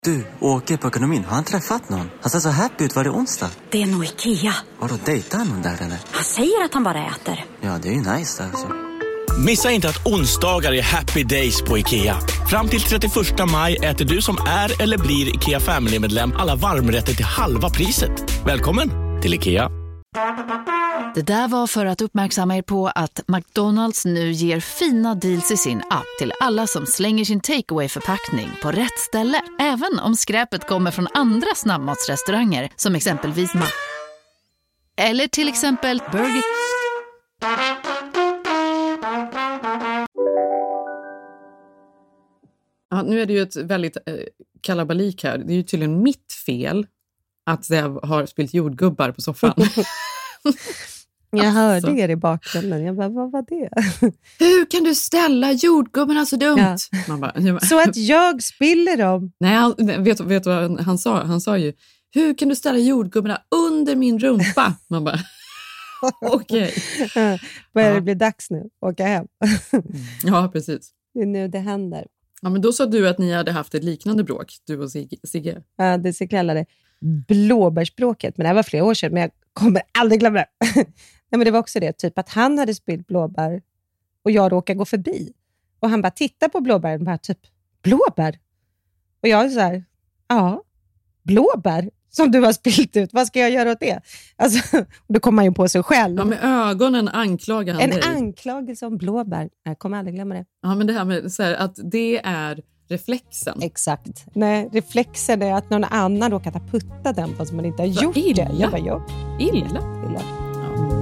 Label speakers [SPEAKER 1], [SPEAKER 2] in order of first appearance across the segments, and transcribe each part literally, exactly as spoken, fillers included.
[SPEAKER 1] Du, åker på ekonomin. Har han träffat någon? Han ser så happy ut. Var det onsdag?
[SPEAKER 2] Det är nog Ikea.
[SPEAKER 1] Har du dejtat någon där eller?
[SPEAKER 2] Han säger att han bara äter.
[SPEAKER 1] Ja, det är ju nice alltså.
[SPEAKER 3] Missa inte att onsdagar är happy days på Ikea. Fram till trettioförsta maj äter du som är eller blir Ikea Family-medlem alla varmrätter till halva priset. Välkommen till Ikea.
[SPEAKER 4] Det där var för att uppmärksamma er på att McDonald's nu ger fina deals i sin app till alla som slänger sin takeaway-förpackning på rätt ställe. Även om skräpet kommer från andra snabbmatsrestauranger som exempelvis Ma... Eller till exempel Burger...
[SPEAKER 5] Ja, nu är det ju ett väldigt eh, kalabalik här. Det är ju tydligen mitt fel att jag har spilt jordgubbar på soffan.
[SPEAKER 6] Jag hörde
[SPEAKER 5] alltså.
[SPEAKER 6] er i bakgrunden. Jag bara, vad var det?
[SPEAKER 5] Hur kan du ställa jordgubbarna så dumt?
[SPEAKER 6] Ja.
[SPEAKER 5] Man bara, jag bara,
[SPEAKER 6] så att jag spiller dem.
[SPEAKER 5] Nej, han, vet, vet du vad han sa? Han sa ju, hur kan du ställa jordgubbarna under min rumpa? Man bara, okej. Okay.
[SPEAKER 6] Börjar
[SPEAKER 5] ja.
[SPEAKER 6] det bli dags nu? Åka hem.
[SPEAKER 5] Ja, precis.
[SPEAKER 6] Det är nu det händer.
[SPEAKER 5] Ja, men då sa du att ni hade haft ett liknande bråk, du och Sigge.
[SPEAKER 6] Ja, det så kallade blåbärsbråket. Men det här var flera år sedan, men jag kommer aldrig glömma det. Nej, men det var också det, typ att han hade spilt blåbär och jag råkade gå förbi. Och han bara tittar på blåbären och bara typ, blåbär? Och jag är så här, ja, blåbär som du har spilt ut. Vad ska jag göra åt det? Alltså, och då kommer man ju på sig själv.
[SPEAKER 5] Ja, med ögonen anklagar han
[SPEAKER 6] en
[SPEAKER 5] dig.
[SPEAKER 6] En anklagelse om blåbär. Jag kommer aldrig glömma det.
[SPEAKER 5] Ja, men det här med så här, att det är reflexen.
[SPEAKER 6] Exakt. Nej, reflexen är att någon annan råkat ha puttat den fast man inte har
[SPEAKER 5] Va,
[SPEAKER 6] gjort
[SPEAKER 5] illa.
[SPEAKER 6] det. Jag bara, ja.
[SPEAKER 5] Illa?
[SPEAKER 6] Illa.
[SPEAKER 5] Ja.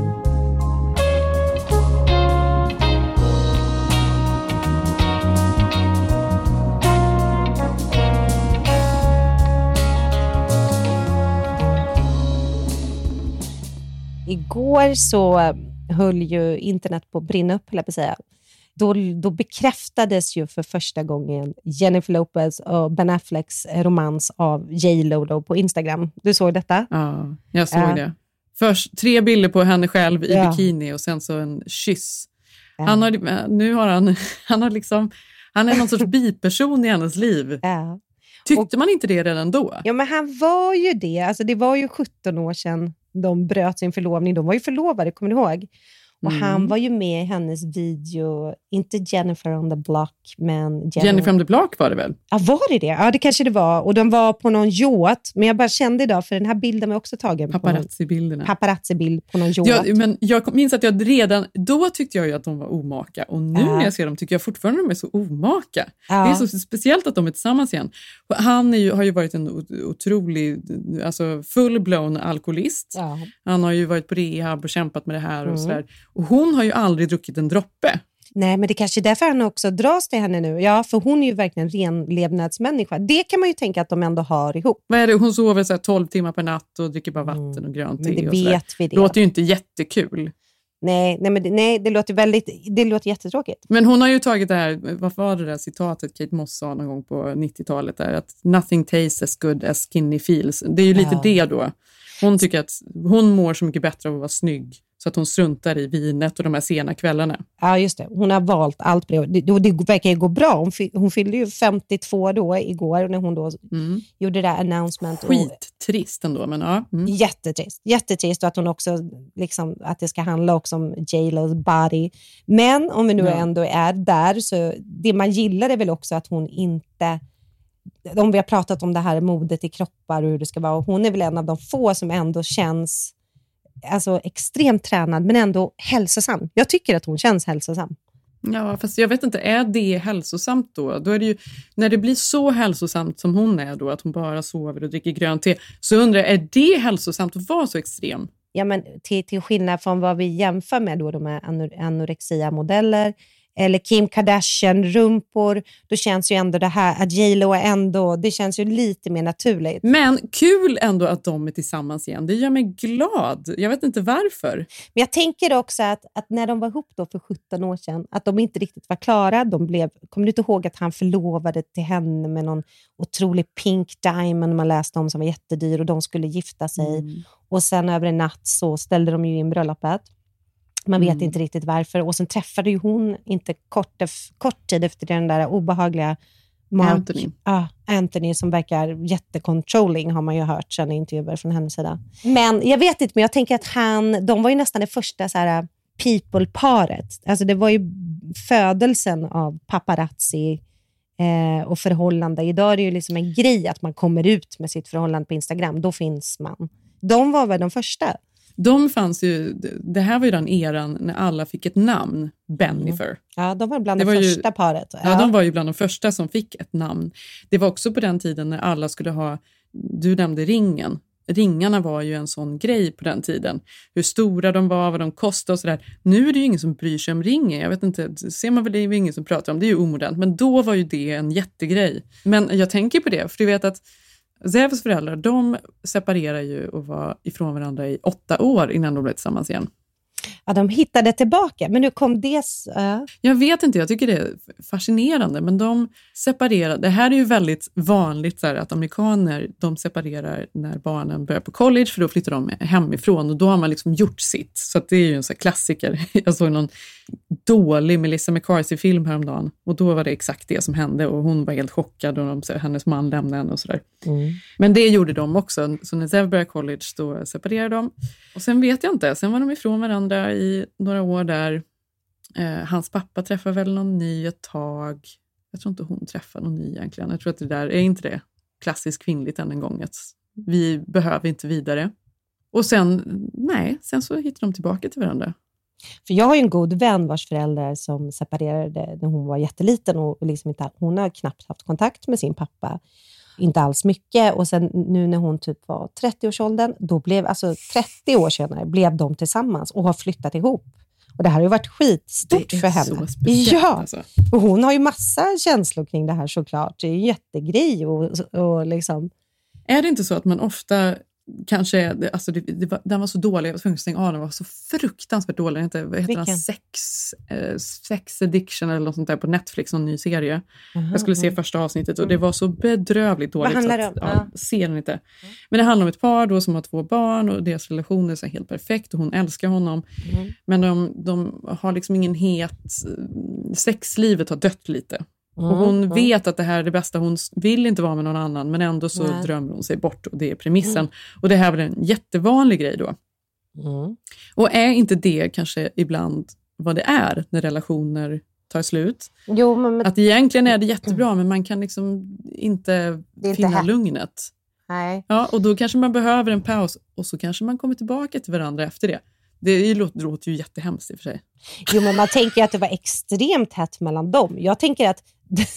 [SPEAKER 6] Igår så höll ju internet på att brinna upp, eller på att säga. Då, då bekräftades ju för första gången Jennifer Lopez och Ben Afflecks romans av J Lo då på Instagram. Du såg detta?
[SPEAKER 5] Ja, jag såg
[SPEAKER 6] uh,
[SPEAKER 5] det. Först tre bilder på henne själv i
[SPEAKER 6] ja.
[SPEAKER 5] bikini och sen så en kyss.
[SPEAKER 6] Uh.
[SPEAKER 5] Han har, nu har han, han har liksom, han är någon sorts biperson i hennes liv.
[SPEAKER 6] Uh.
[SPEAKER 5] Tyckte
[SPEAKER 6] och,
[SPEAKER 5] man inte det redan då?
[SPEAKER 6] Ja, men han var ju det. Alltså det var ju sjutton år sedan de bröt sin förlovning. De var ju förlovade, kommer du ihåg? Och mm. han var ju med i hennes video, inte Jennifer on the Block, men... Jennifer,
[SPEAKER 5] Jennifer on the Block var det väl?
[SPEAKER 6] Ja, var det det? Ja, det kanske det var. Och de var på någon yacht. Men jag bara kände idag, för den här bilden var också tagen.
[SPEAKER 5] Paparazzi-bilderna.
[SPEAKER 6] Paparazzi-bild på någon yacht.
[SPEAKER 5] Ja, men jag minns att jag redan, då tyckte jag ju att de var omaka. Och nu ja. när jag ser dem tycker jag fortfarande att de är så omaka. Ja. Det är så speciellt att de är tillsammans igen. Han är ju, har ju varit en otrolig, alltså full-blown alkoholist. Ja. Han har ju varit på rehab och kämpat med det här och mm. sådär. Och hon har ju aldrig druckit en droppe.
[SPEAKER 6] Nej, men det kanske är därför han också dras till henne nu. Ja, för hon är ju verkligen renlevnadsmänniska. Det kan man ju tänka att de ändå har ihop.
[SPEAKER 5] Vad är det? Hon sover så här tolv timmar per natt och dricker bara vatten mm. och grönt te.
[SPEAKER 6] Men det
[SPEAKER 5] och
[SPEAKER 6] vet vi det.
[SPEAKER 5] Det låter ju inte jättekul.
[SPEAKER 6] Nej, nej, men det, nej, det låter väldigt, det låter jättetråkigt.
[SPEAKER 5] Men hon har ju tagit det här, vad var det där citatet Kate Moss sa någon gång på nittiotalet där, att nothing tastes as good as skinny feels. Det är ju lite ja. det då. Hon tycker att hon mår så mycket bättre av att vara snygg. Så att hon struntar i vinet och de här sena kvällarna.
[SPEAKER 6] Ja, just det. Hon har valt allt. Det, det, det verkar ju gå bra. Hon, fy, hon fyllde ju femtiotvå då igår när hon då mm. gjorde det där announcement.
[SPEAKER 5] Skittrist ändå, men ja.
[SPEAKER 6] Mm. Jättetrist. Jättetrist och att hon också, liksom, att det ska handla också om J Lo's body. Men om vi nu ja. ändå är där, så det man gillar är väl också att hon inte... Om vi har pratat om det här modet i kroppar och hur det ska vara. Hon är väl en av de få som ändå känns... alltså extremt tränad men ändå hälsosam. Jag tycker att hon känns hälsosam.
[SPEAKER 5] Ja, fast jag vet inte, är det hälsosamt då? Då är det ju, när det blir så hälsosamt som hon är då, att hon bara sover och dricker grönt te, så undrar jag, är det hälsosamt att vara så extrem?
[SPEAKER 6] Ja, men till, till skillnad från vad vi jämför med då, de här anorexia-modeller eller Kim Kardashian-rumpor, då känns ju ändå det här att J Lo är ändå, det känns ju lite mer naturligt.
[SPEAKER 5] Men kul ändå att de är tillsammans igen. Det gör mig glad. Jag vet inte varför.
[SPEAKER 6] Men jag tänker också att, att när de var ihop då för sjutton år sedan, att de inte riktigt var klara. De blev, kommer du inte ihåg att han förlovade till henne med någon otrolig pink diamond man läste om som var jättedyr och de skulle gifta sig. Mm. Och sen över en natt så ställde de ju in bröllopet. Man vet mm. inte riktigt varför. Och sen träffade ju hon inte kort, kort tid efter den där obehagliga Mark,
[SPEAKER 5] Anthony.
[SPEAKER 6] Ah, Anthony som verkar jättecontrolling har man ju hört sen i intervjuer från hennes sida. Men jag vet inte, men jag tänker att han, de var ju nästan det första så här people-paret. Alltså det var ju födelsen av paparazzi eh, och förhållande. Idag är det ju liksom en grej att man kommer ut med sitt förhållande på Instagram. Då finns man. De var väl de första?
[SPEAKER 5] De fanns ju, det här var ju den eran när alla fick ett namn, Bennifer. Mm.
[SPEAKER 6] Ja, de var bland det, det var första
[SPEAKER 5] ju,
[SPEAKER 6] paret. Ja.
[SPEAKER 5] ja, de var ju bland de första som fick ett namn. Det var också på den tiden när alla skulle ha, du nämnde ringen. Ringarna var ju en sån grej på den tiden. Hur stora de var, vad de kostade och sådär. Nu är det ju ingen som bryr sig om ringen. Jag vet inte, ser man väl, det är ju ingen som pratar om. Det är ju omodernt. Men då var ju det en jättegrej. Men jag tänker på det, för du vet att Zevs föräldrar, de separerar ju och var ifrån varandra i åtta år innan de blev tillsammans igen.
[SPEAKER 6] Ja, de hittade tillbaka. Men nu kom det... Uh.
[SPEAKER 5] Jag vet inte, jag tycker det är fascinerande. Men de separerar... Det här är ju väldigt vanligt så här, att amerikaner, de separerar när barnen börjar på college. För då flyttar de hemifrån och då har man liksom gjort sitt. Så att det är ju en sån här klassiker. Jag såg någon dålig Melissa McCarthy-film häromdagen. Och då var det exakt det som hände. Och hon var helt chockad och de, hennes man lämnade henne och sådär. Mm. Men det gjorde de också. Så när Zev började college då separerade de. Och sen vet jag inte. Sen var de ifrån varandra i några år där. Eh, hans pappa träffade väl någon ny ett tag. Jag tror inte hon träffade någon ny egentligen. Jag tror att det där är inte det klassiskt kvinnligt än en gång. Att vi behöver inte vidare. Och sen, nej, sen så hittade de tillbaka till varandra.
[SPEAKER 6] För jag har ju en god vän vars föräldrar som separerade när hon var jätteliten. Och liksom inte, hon har knappt haft kontakt med sin pappa. Inte alls mycket. Och sen nu när hon typ var trettio-årsåldern, då blev, alltså trettio år senare, blev de tillsammans och har flyttat ihop. Och det här har ju varit skitstort för henne.
[SPEAKER 5] Så speciellt,
[SPEAKER 6] ja,
[SPEAKER 5] alltså.
[SPEAKER 6] Och hon har ju massa känslor kring det här såklart. Det är ju en jättegrej och, och liksom...
[SPEAKER 5] Är det inte så att man ofta... Kanske, alltså det, det var, den var så dålig, jag var tvungen att stänga av, den var så fruktansvärt dålig. Inte, vad heter den? Sex, eh, sex Addiction eller något sånt där på Netflix, någon ny serie. Uh-huh. Jag skulle se första avsnittet och det var så bedrövligt dåligt.
[SPEAKER 6] Vad handlar det om?
[SPEAKER 5] Så att, ja, ser den inte. Uh-huh. Men det handlar om ett par då som har två barn och deras relation är så helt perfekt och hon älskar honom. Uh-huh. Men de, de har liksom ingen het... Sexlivet har dött lite. Och hon mm, vet att det här är det bästa. Hon vill inte vara med någon annan. Men ändå så Nej. drömmer hon sig bort. Och det är premissen. Mm. Och det här var en jättevanlig grej då. Mm. Och är inte det kanske ibland vad det är när relationer tar slut?
[SPEAKER 6] Jo, men...
[SPEAKER 5] Att egentligen är det jättebra. Men man kan liksom inte finna inte lugnet.
[SPEAKER 6] Nej.
[SPEAKER 5] Ja, och då kanske man behöver en paus. Och så kanske man kommer tillbaka till varandra efter det. Det låter, det låter ju jättehemskt i och för sig.
[SPEAKER 6] Jo, men man tänker att det var extremt hett mellan dem. Jag tänker att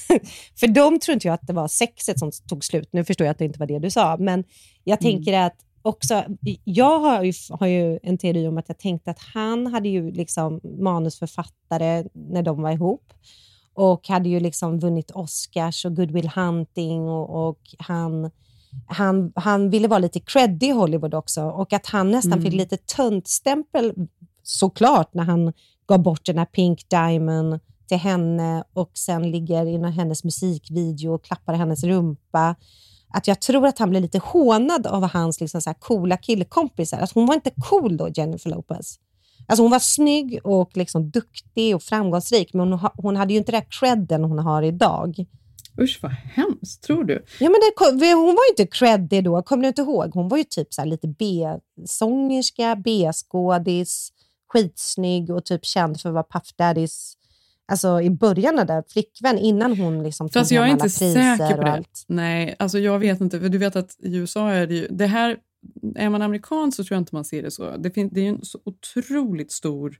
[SPEAKER 6] för de tror inte jag att det var sexet som tog slut. Nu förstår jag att det inte var det du sa. Men jag tänker mm. att också, jag har ju, har ju en teori om att jag tänkte att han hade ju liksom manusförfattare när de var ihop. Och hade ju liksom vunnit Oscars och Good Will Hunting. Och, och han, han, han ville vara lite creddig i Hollywood också. Och att han nästan mm. fick lite töntstämpel såklart när han gav bort den här Pink Diamond till henne och sen ligger i hennes musikvideo och klappar hennes rumpa. Att jag tror att han blev lite hånad av hans liksom så här coola killkompisar. Att hon var inte cool då, Jennifer Lopez. Alltså hon var snygg och liksom duktig och framgångsrik, men hon, hon hade ju inte den credden hon har idag.
[SPEAKER 5] Usch, vad hemskt, tror du?
[SPEAKER 6] Ja, men det, hon var ju inte creddig då, kommer du inte ihåg? Hon var ju typ så här lite B-sångerska, B-skådis, skitsnygg och typ känd för att vara Puff Daddys, alltså i början där flickvän, innan hon liksom tog
[SPEAKER 5] alltså, jag är inte säker på det.
[SPEAKER 6] Allt.
[SPEAKER 5] Nej, alltså jag vet inte, för du vet att i U S A är det ju, det här, är man amerikan så tror jag inte man ser det så. Det, finns, det är ju en så otroligt stor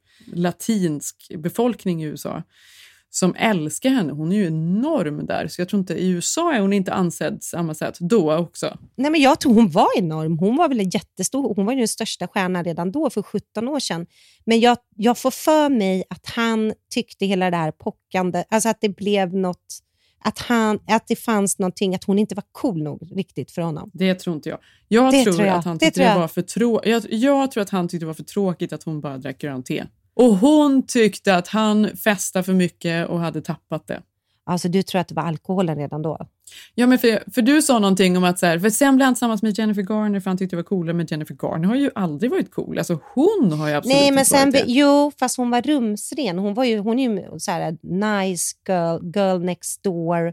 [SPEAKER 5] latinsk befolkning i U S A som älskar henne. Hon är ju enorm där. Så jag tror inte, i U S A är hon inte ansedd samma sätt då också.
[SPEAKER 6] Nej, men jag tror hon var enorm. Hon var väl en jättestor. Hon var ju den största stjärnan redan då för sjutton år sedan. Men jag, jag får för mig att han tyckte hela det här pockande, alltså att det blev något, att, han, att det fanns någonting, att hon inte var cool nog riktigt för honom.
[SPEAKER 5] Det tror inte jag. Jag tror,
[SPEAKER 6] tror jag.
[SPEAKER 5] att han tyckte det, det var för trå- jag, jag tror att han tyckte det var för tråkigt att hon bara drack grönt te. Och hon tyckte att han festade för mycket och hade tappat det.
[SPEAKER 6] Alltså du tror att det var alkoholen redan då?
[SPEAKER 5] Ja, men för, för du sa någonting om att så här, för sen blev han tillsammans med Jennifer Garner för han tyckte det var coolare, men Jennifer Garner har ju aldrig varit cool. Alltså hon har ju absolut
[SPEAKER 6] Nej, men
[SPEAKER 5] inte
[SPEAKER 6] sen,
[SPEAKER 5] varit det.
[SPEAKER 6] Jo, fast hon var rumsren. Hon var ju, hon är ju så här nice girl, girl next door.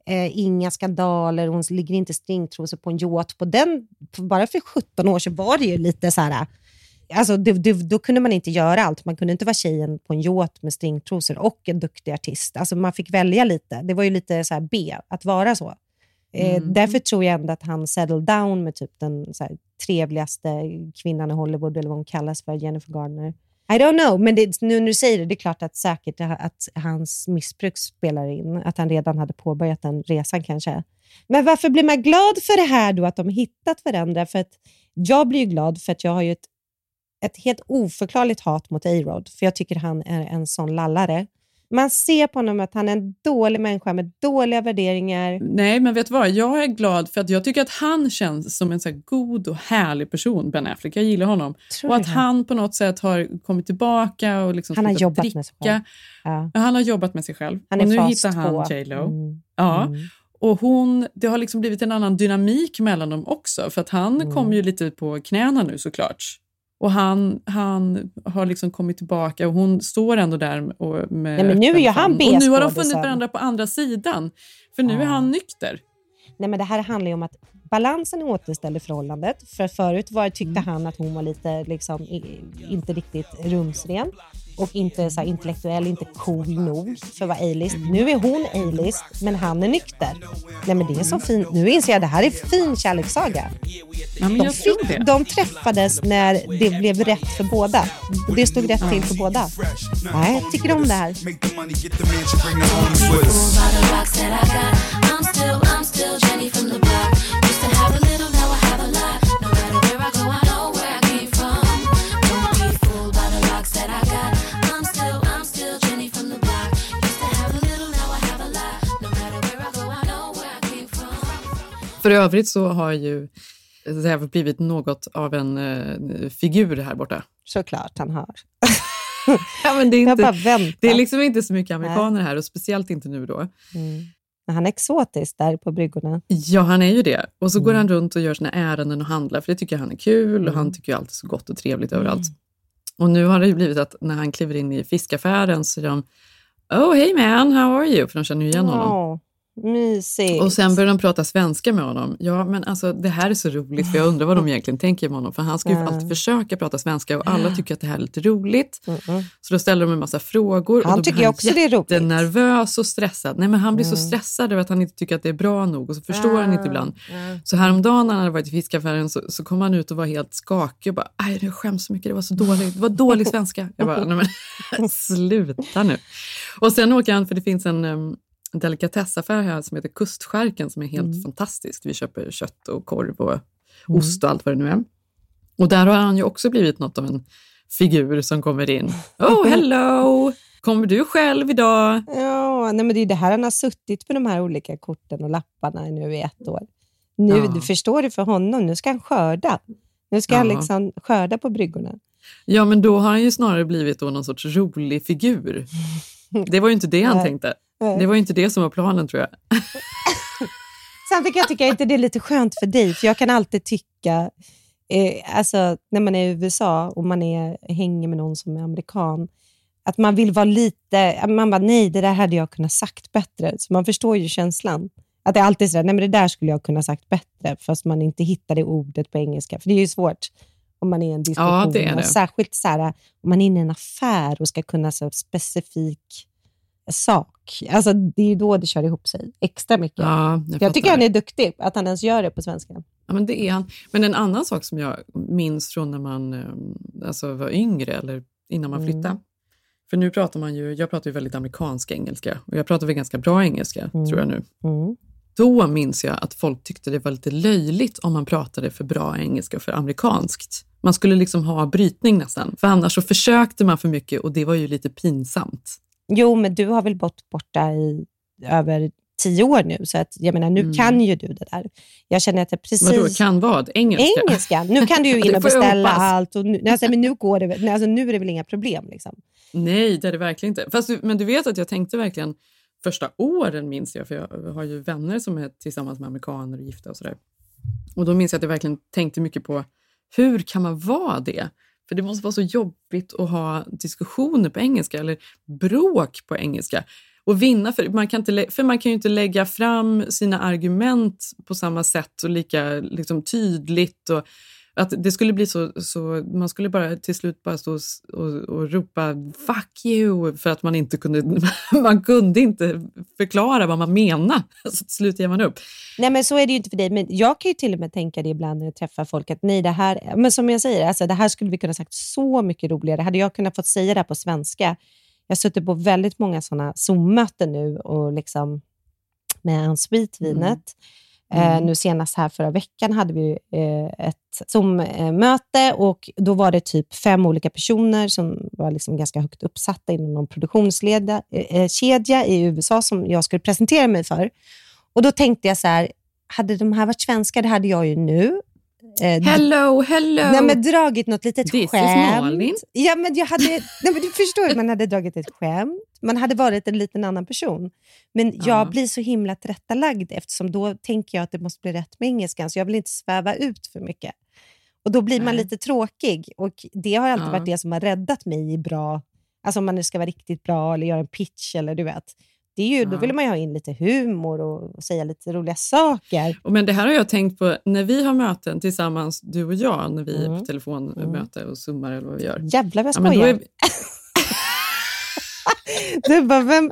[SPEAKER 6] Eh, inga skandaler, hon ligger inte stringtrosor på en yacht. På den, bara för sjutton år så var det ju lite så här... Alltså, det, det, då kunde man inte göra allt. Man kunde inte vara tjejen på en yacht med stringtrosor och en duktig artist. Alltså, man fick välja lite. Det var ju lite så här B, att vara så. Eh, mm. Därför tror jag ändå att han settled down med typ den så här, trevligaste kvinnan i Hollywood, eller vad hon kallas för, Jennifer Garner. I don't know, men det, nu när du säger det, det är klart att säkert att hans missbruk spelar in. Att han redan hade påbörjat den resan kanske. Men varför blir man glad för det här då, att de hittat varandra? För att jag blir ju glad för att jag har ju ett, ett helt oförklarligt hat mot A-Rod. För jag tycker han är en sån lallare. Man ser på honom att han är en dålig människa med dåliga värderingar.
[SPEAKER 5] Nej, men vet du vad? Jag är glad för att jag tycker att han känns som en så här god och härlig person, Ben Affleck. Jag gillar honom. Tror och att han. han på något sätt har kommit tillbaka och liksom
[SPEAKER 6] han har jobbat
[SPEAKER 5] dricka.
[SPEAKER 6] med sig själv. Ja.
[SPEAKER 5] Han har jobbat med sig själv.
[SPEAKER 6] Han är
[SPEAKER 5] och nu
[SPEAKER 6] fast
[SPEAKER 5] hittar han
[SPEAKER 6] på.
[SPEAKER 5] J-Lo.
[SPEAKER 6] Mm.
[SPEAKER 5] Ja.
[SPEAKER 6] Mm.
[SPEAKER 5] Och hon, det har liksom blivit en annan dynamik mellan dem också. För att han mm. kommer ju lite på knäna nu såklart. Och han, han har liksom kommit tillbaka och hon står ändå där och med
[SPEAKER 6] Nej, men nu är ju han
[SPEAKER 5] och nu har de funnit varandra på andra sidan. För nu ja. är han nykter.
[SPEAKER 6] Nej, men det här handlar ju om att balansen är återställd i förhållandet. För förut var, tyckte mm. han att hon var lite liksom, inte riktigt rumsren. Och inte så här intellektuell, inte cool nog för att vara A-list. Nu är hon A-list, men han är nykter. Nej, men det är så fint. Nu inser jag att det här är fin kärlekssaga.
[SPEAKER 5] Ja, men
[SPEAKER 6] de,
[SPEAKER 5] jag
[SPEAKER 6] fick,
[SPEAKER 5] det.
[SPEAKER 6] de träffades när det blev rätt för båda. Det stod rätt till för båda. Nej, jag tycker om det här.
[SPEAKER 5] För övrigt så har ju det här blivit något av en uh, figur här borta.
[SPEAKER 6] Såklart han har.
[SPEAKER 5] Ja, men det, är inte,
[SPEAKER 6] jag bara
[SPEAKER 5] det är liksom inte så mycket amerikaner här och speciellt inte nu då.
[SPEAKER 6] Mm. Han är exotisk där på bryggorna.
[SPEAKER 5] Ja, han är ju det. Och så mm. går han runt och gör sina ärenden och handlar för det tycker han är kul mm. och han tycker ju alltid så gott och trevligt mm. överallt. Och nu har det ju blivit att när han kliver in i fiskaffären så är de oh, hey man, how are you? För de känner ju igen honom.
[SPEAKER 6] Oh. Mysigt.
[SPEAKER 5] Och sen börjar de prata svenska med honom. Ja, men alltså det här är så roligt för jag undrar vad de egentligen tänker med honom. För han ska ju mm. alltid försöka prata svenska och alla tycker att det här är lite roligt. Mm. Så då ställer de en massa frågor.
[SPEAKER 6] Han
[SPEAKER 5] och då
[SPEAKER 6] tycker också det är roligt.
[SPEAKER 5] Han är nervös och stressad. Nej, men han blir mm. så stressad över att han inte tycker att det är bra nog. Och så förstår mm. han inte ibland. Mm. Så häromdagen när han hade varit i fiskaffären så, så kom han ut och var helt skakig. Och bara, aj det skäms så mycket, det var så dåligt. Det var dålig svenska. Jag bara, nej men sluta nu. Och sen åker han, för det finns en... Um, en delikatessaffär här som heter Kustskärken som är helt mm. fantastisk. Vi köper kött och korv och mm. ost och allt vad det nu är. Och där har han ju också blivit något av en figur som kommer in. Oh, hello! Kommer du själv idag?
[SPEAKER 6] Ja, nej, men det är det här han har suttit på de här olika korten och lapparna nu i ett år. Nu, ja. Du förstår det för honom. Nu ska han skörda. Nu ska ja. han liksom skörda på bryggorna.
[SPEAKER 5] Ja, men då har han ju snarare blivit då någon sorts rolig figur. Det var ju inte det han nej. tänkte. Det var ju inte det som var planen, tror jag.
[SPEAKER 6] Samtidigt kan jag tycka inte det är lite skönt för dig. För jag kan alltid tycka, eh, alltså när man är i U S A och man är, hänger med någon som är amerikan, att man vill vara lite, man bara nej, det där hade jag kunnat sagt bättre. Så man förstår ju känslan. Att det är alltid sådär, nej men det där skulle jag kunna sagt bättre. Fast man inte hittar det ordet på engelska. För det är ju svårt om man är i en diskussion.
[SPEAKER 5] Ja, det är det.
[SPEAKER 6] Särskilt så här, om man är inne i en affär och ska kunna så specifik sak. Alltså det är ju då det kör ihop sig extra mycket.
[SPEAKER 5] Ja, jag,
[SPEAKER 6] jag tycker han är duktig att han ens gör det på svenska.
[SPEAKER 5] Ja, men det är han. Men en annan sak som jag minns från när man alltså, var yngre eller innan man flyttade. Mm. För nu pratar man ju, jag pratar ju väldigt amerikansk engelska och jag pratar väl ganska bra engelska mm. tror jag nu. Mm. Då minns jag att folk tyckte det var lite löjligt om man pratade för bra engelska för amerikanskt. Man skulle liksom ha brytning nästan. För annars så försökte man för mycket och det var ju lite pinsamt.
[SPEAKER 6] Jo, men du har väl bott borta i över tio år nu. Så att, jag menar, nu mm. kan ju du det där. Jag känner att det precis...
[SPEAKER 5] Men då kan vad? Engelska?
[SPEAKER 6] Engelska. Nu kan du ju in och beställa allt. Och nu, alltså, men nu, går det, alltså, nu är det väl inga problem liksom.
[SPEAKER 5] Nej, det är det verkligen inte. Fast, men du vet att jag tänkte verkligen första åren minns jag. För jag har ju vänner som är tillsammans med amerikaner och gifta och sådär. Och då minns jag att jag verkligen tänkte mycket på hur kan man vara det? För det måste vara så jobbigt att ha diskussioner på engelska eller bråk på engelska. och vinna. För man, kan inte, för man kan ju inte lägga fram sina argument på samma sätt och lika liksom, tydligt. Och att det skulle bli så, så... Man skulle bara till slut bara stå och, och ropa fuck you för att man inte kunde... Man kunde inte förklara vad man menar. Så till slut ger man upp.
[SPEAKER 6] Nej, men så är det ju inte för dig. Men jag kan ju till och med tänka det ibland när jag träffar folk att nej, det här... Men som jag säger, alltså, det här skulle vi kunna sagt så mycket roligare. Hade jag kunnat få säga det här på svenska. Jag har suttit på väldigt många sådana Zoom-möten nu och liksom med Unsweet-vinet. Mm. Mm. Eh, nu senast här förra veckan hade vi eh, ett Zoom-möte och då var det typ fem olika personer som var liksom ganska högt uppsatta inom någon produktionskedja eh, i U S A som jag skulle presentera mig för. Och då tänkte jag så här, hade de här varit svenska, det hade jag ju nu. Eh,
[SPEAKER 5] hello, hello.
[SPEAKER 6] Nej, men dragit något litet
[SPEAKER 5] This
[SPEAKER 6] skämt. Ja, men jag hade, nej, men du förstår, man hade dragit ett skämt. Man hade varit en liten annan person. Men jag uh-huh. blir så himla tillrättalagd eftersom då tänker jag att det måste bli rätt med engelskan. Så jag vill inte sväva ut för mycket. Och då blir man uh-huh. lite tråkig. Och det har alltid uh-huh. varit det som har räddat mig i bra... Alltså om man nu ska vara riktigt bra eller göra en pitch eller du vet... Det är ju, då vill man ju ha in lite humor och, och säga lite roliga saker.
[SPEAKER 5] Och men det här har jag tänkt på när vi har möten tillsammans, du och jag, när vi mm. är på telefonmöte och zoomar eller vad vi gör.
[SPEAKER 6] Jävlar vad jag skojar. Ja, är... du bara, vem...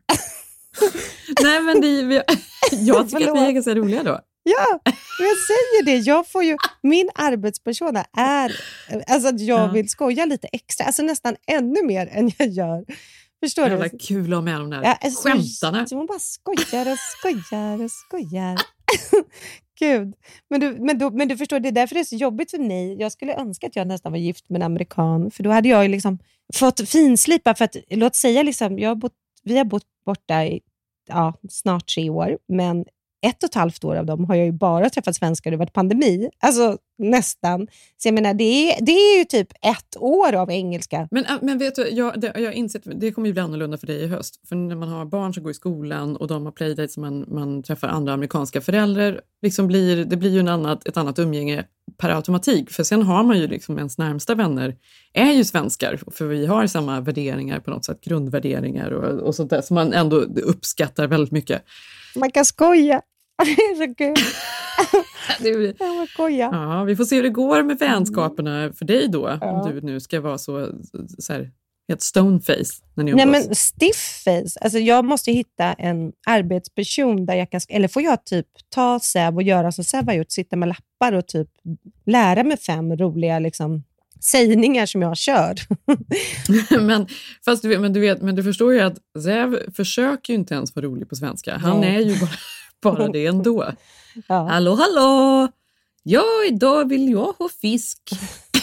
[SPEAKER 5] Nej, men det, vi... jag tycker att vi är ganska roliga då.
[SPEAKER 6] Ja, men jag säger det. Jag får ju, min arbetspersona är alltså att jag ja. vill skoja lite extra. Alltså nästan ännu mer än jag gör. Förstår du?
[SPEAKER 5] Det är kul att ha med de där ja, alltså, skämtarna.
[SPEAKER 6] Så man bara skojar och skojar och skojar. Gud. Men du, men, då, men du förstår, det är därför det är så jobbigt för mig. Jag skulle önska att jag nästan var gift med en amerikan. För då hade jag ju liksom fått finslipa. För att, låt säga, liksom, jag har bott, vi har bott borta i ja, snart tre år. Men ett och ett halvt år av dem har jag ju bara träffat svenskar. Det har varit pandemi. Alltså nästan. Så jag menar, det är, det är ju typ ett år av engelska.
[SPEAKER 5] Men, men vet du, jag, det, jag insett, det kommer ju bli annorlunda för dig i höst. För när man har barn som går i skolan och de har playdates som man, man träffar andra amerikanska föräldrar. Liksom blir, det blir ju en annat, ett annat umgänge per automatik. För sen har man ju liksom ens närmsta vänner är ju svenskar. För vi har samma värderingar på något sätt. Grundvärderingar och, och sånt där. Som man ändå uppskattar väldigt mycket.
[SPEAKER 6] Man kan skoja. Det är så kul.
[SPEAKER 5] det,
[SPEAKER 6] jag skoja.
[SPEAKER 5] Ja, vi får se hur det går med vänskaperna för dig då. Ja. Om du nu ska vara så, så här, helt stoneface. När ni
[SPEAKER 6] Nej, men stiffface. Alltså jag måste hitta en arbetsperson där jag kan... Eller får jag typ ta Säv och göra som Säv har gjort. Sitta med lappar och typ lära mig fem roliga liksom... sägningar som jag kör.
[SPEAKER 5] men, fast du, men, du vet, men du förstår ju att Zev försöker ju inte ens vara rolig på svenska. Han Nej. är ju bara, bara det ändå. Ja. Hallå, hallå! Ja, idag vill jag ha fisk.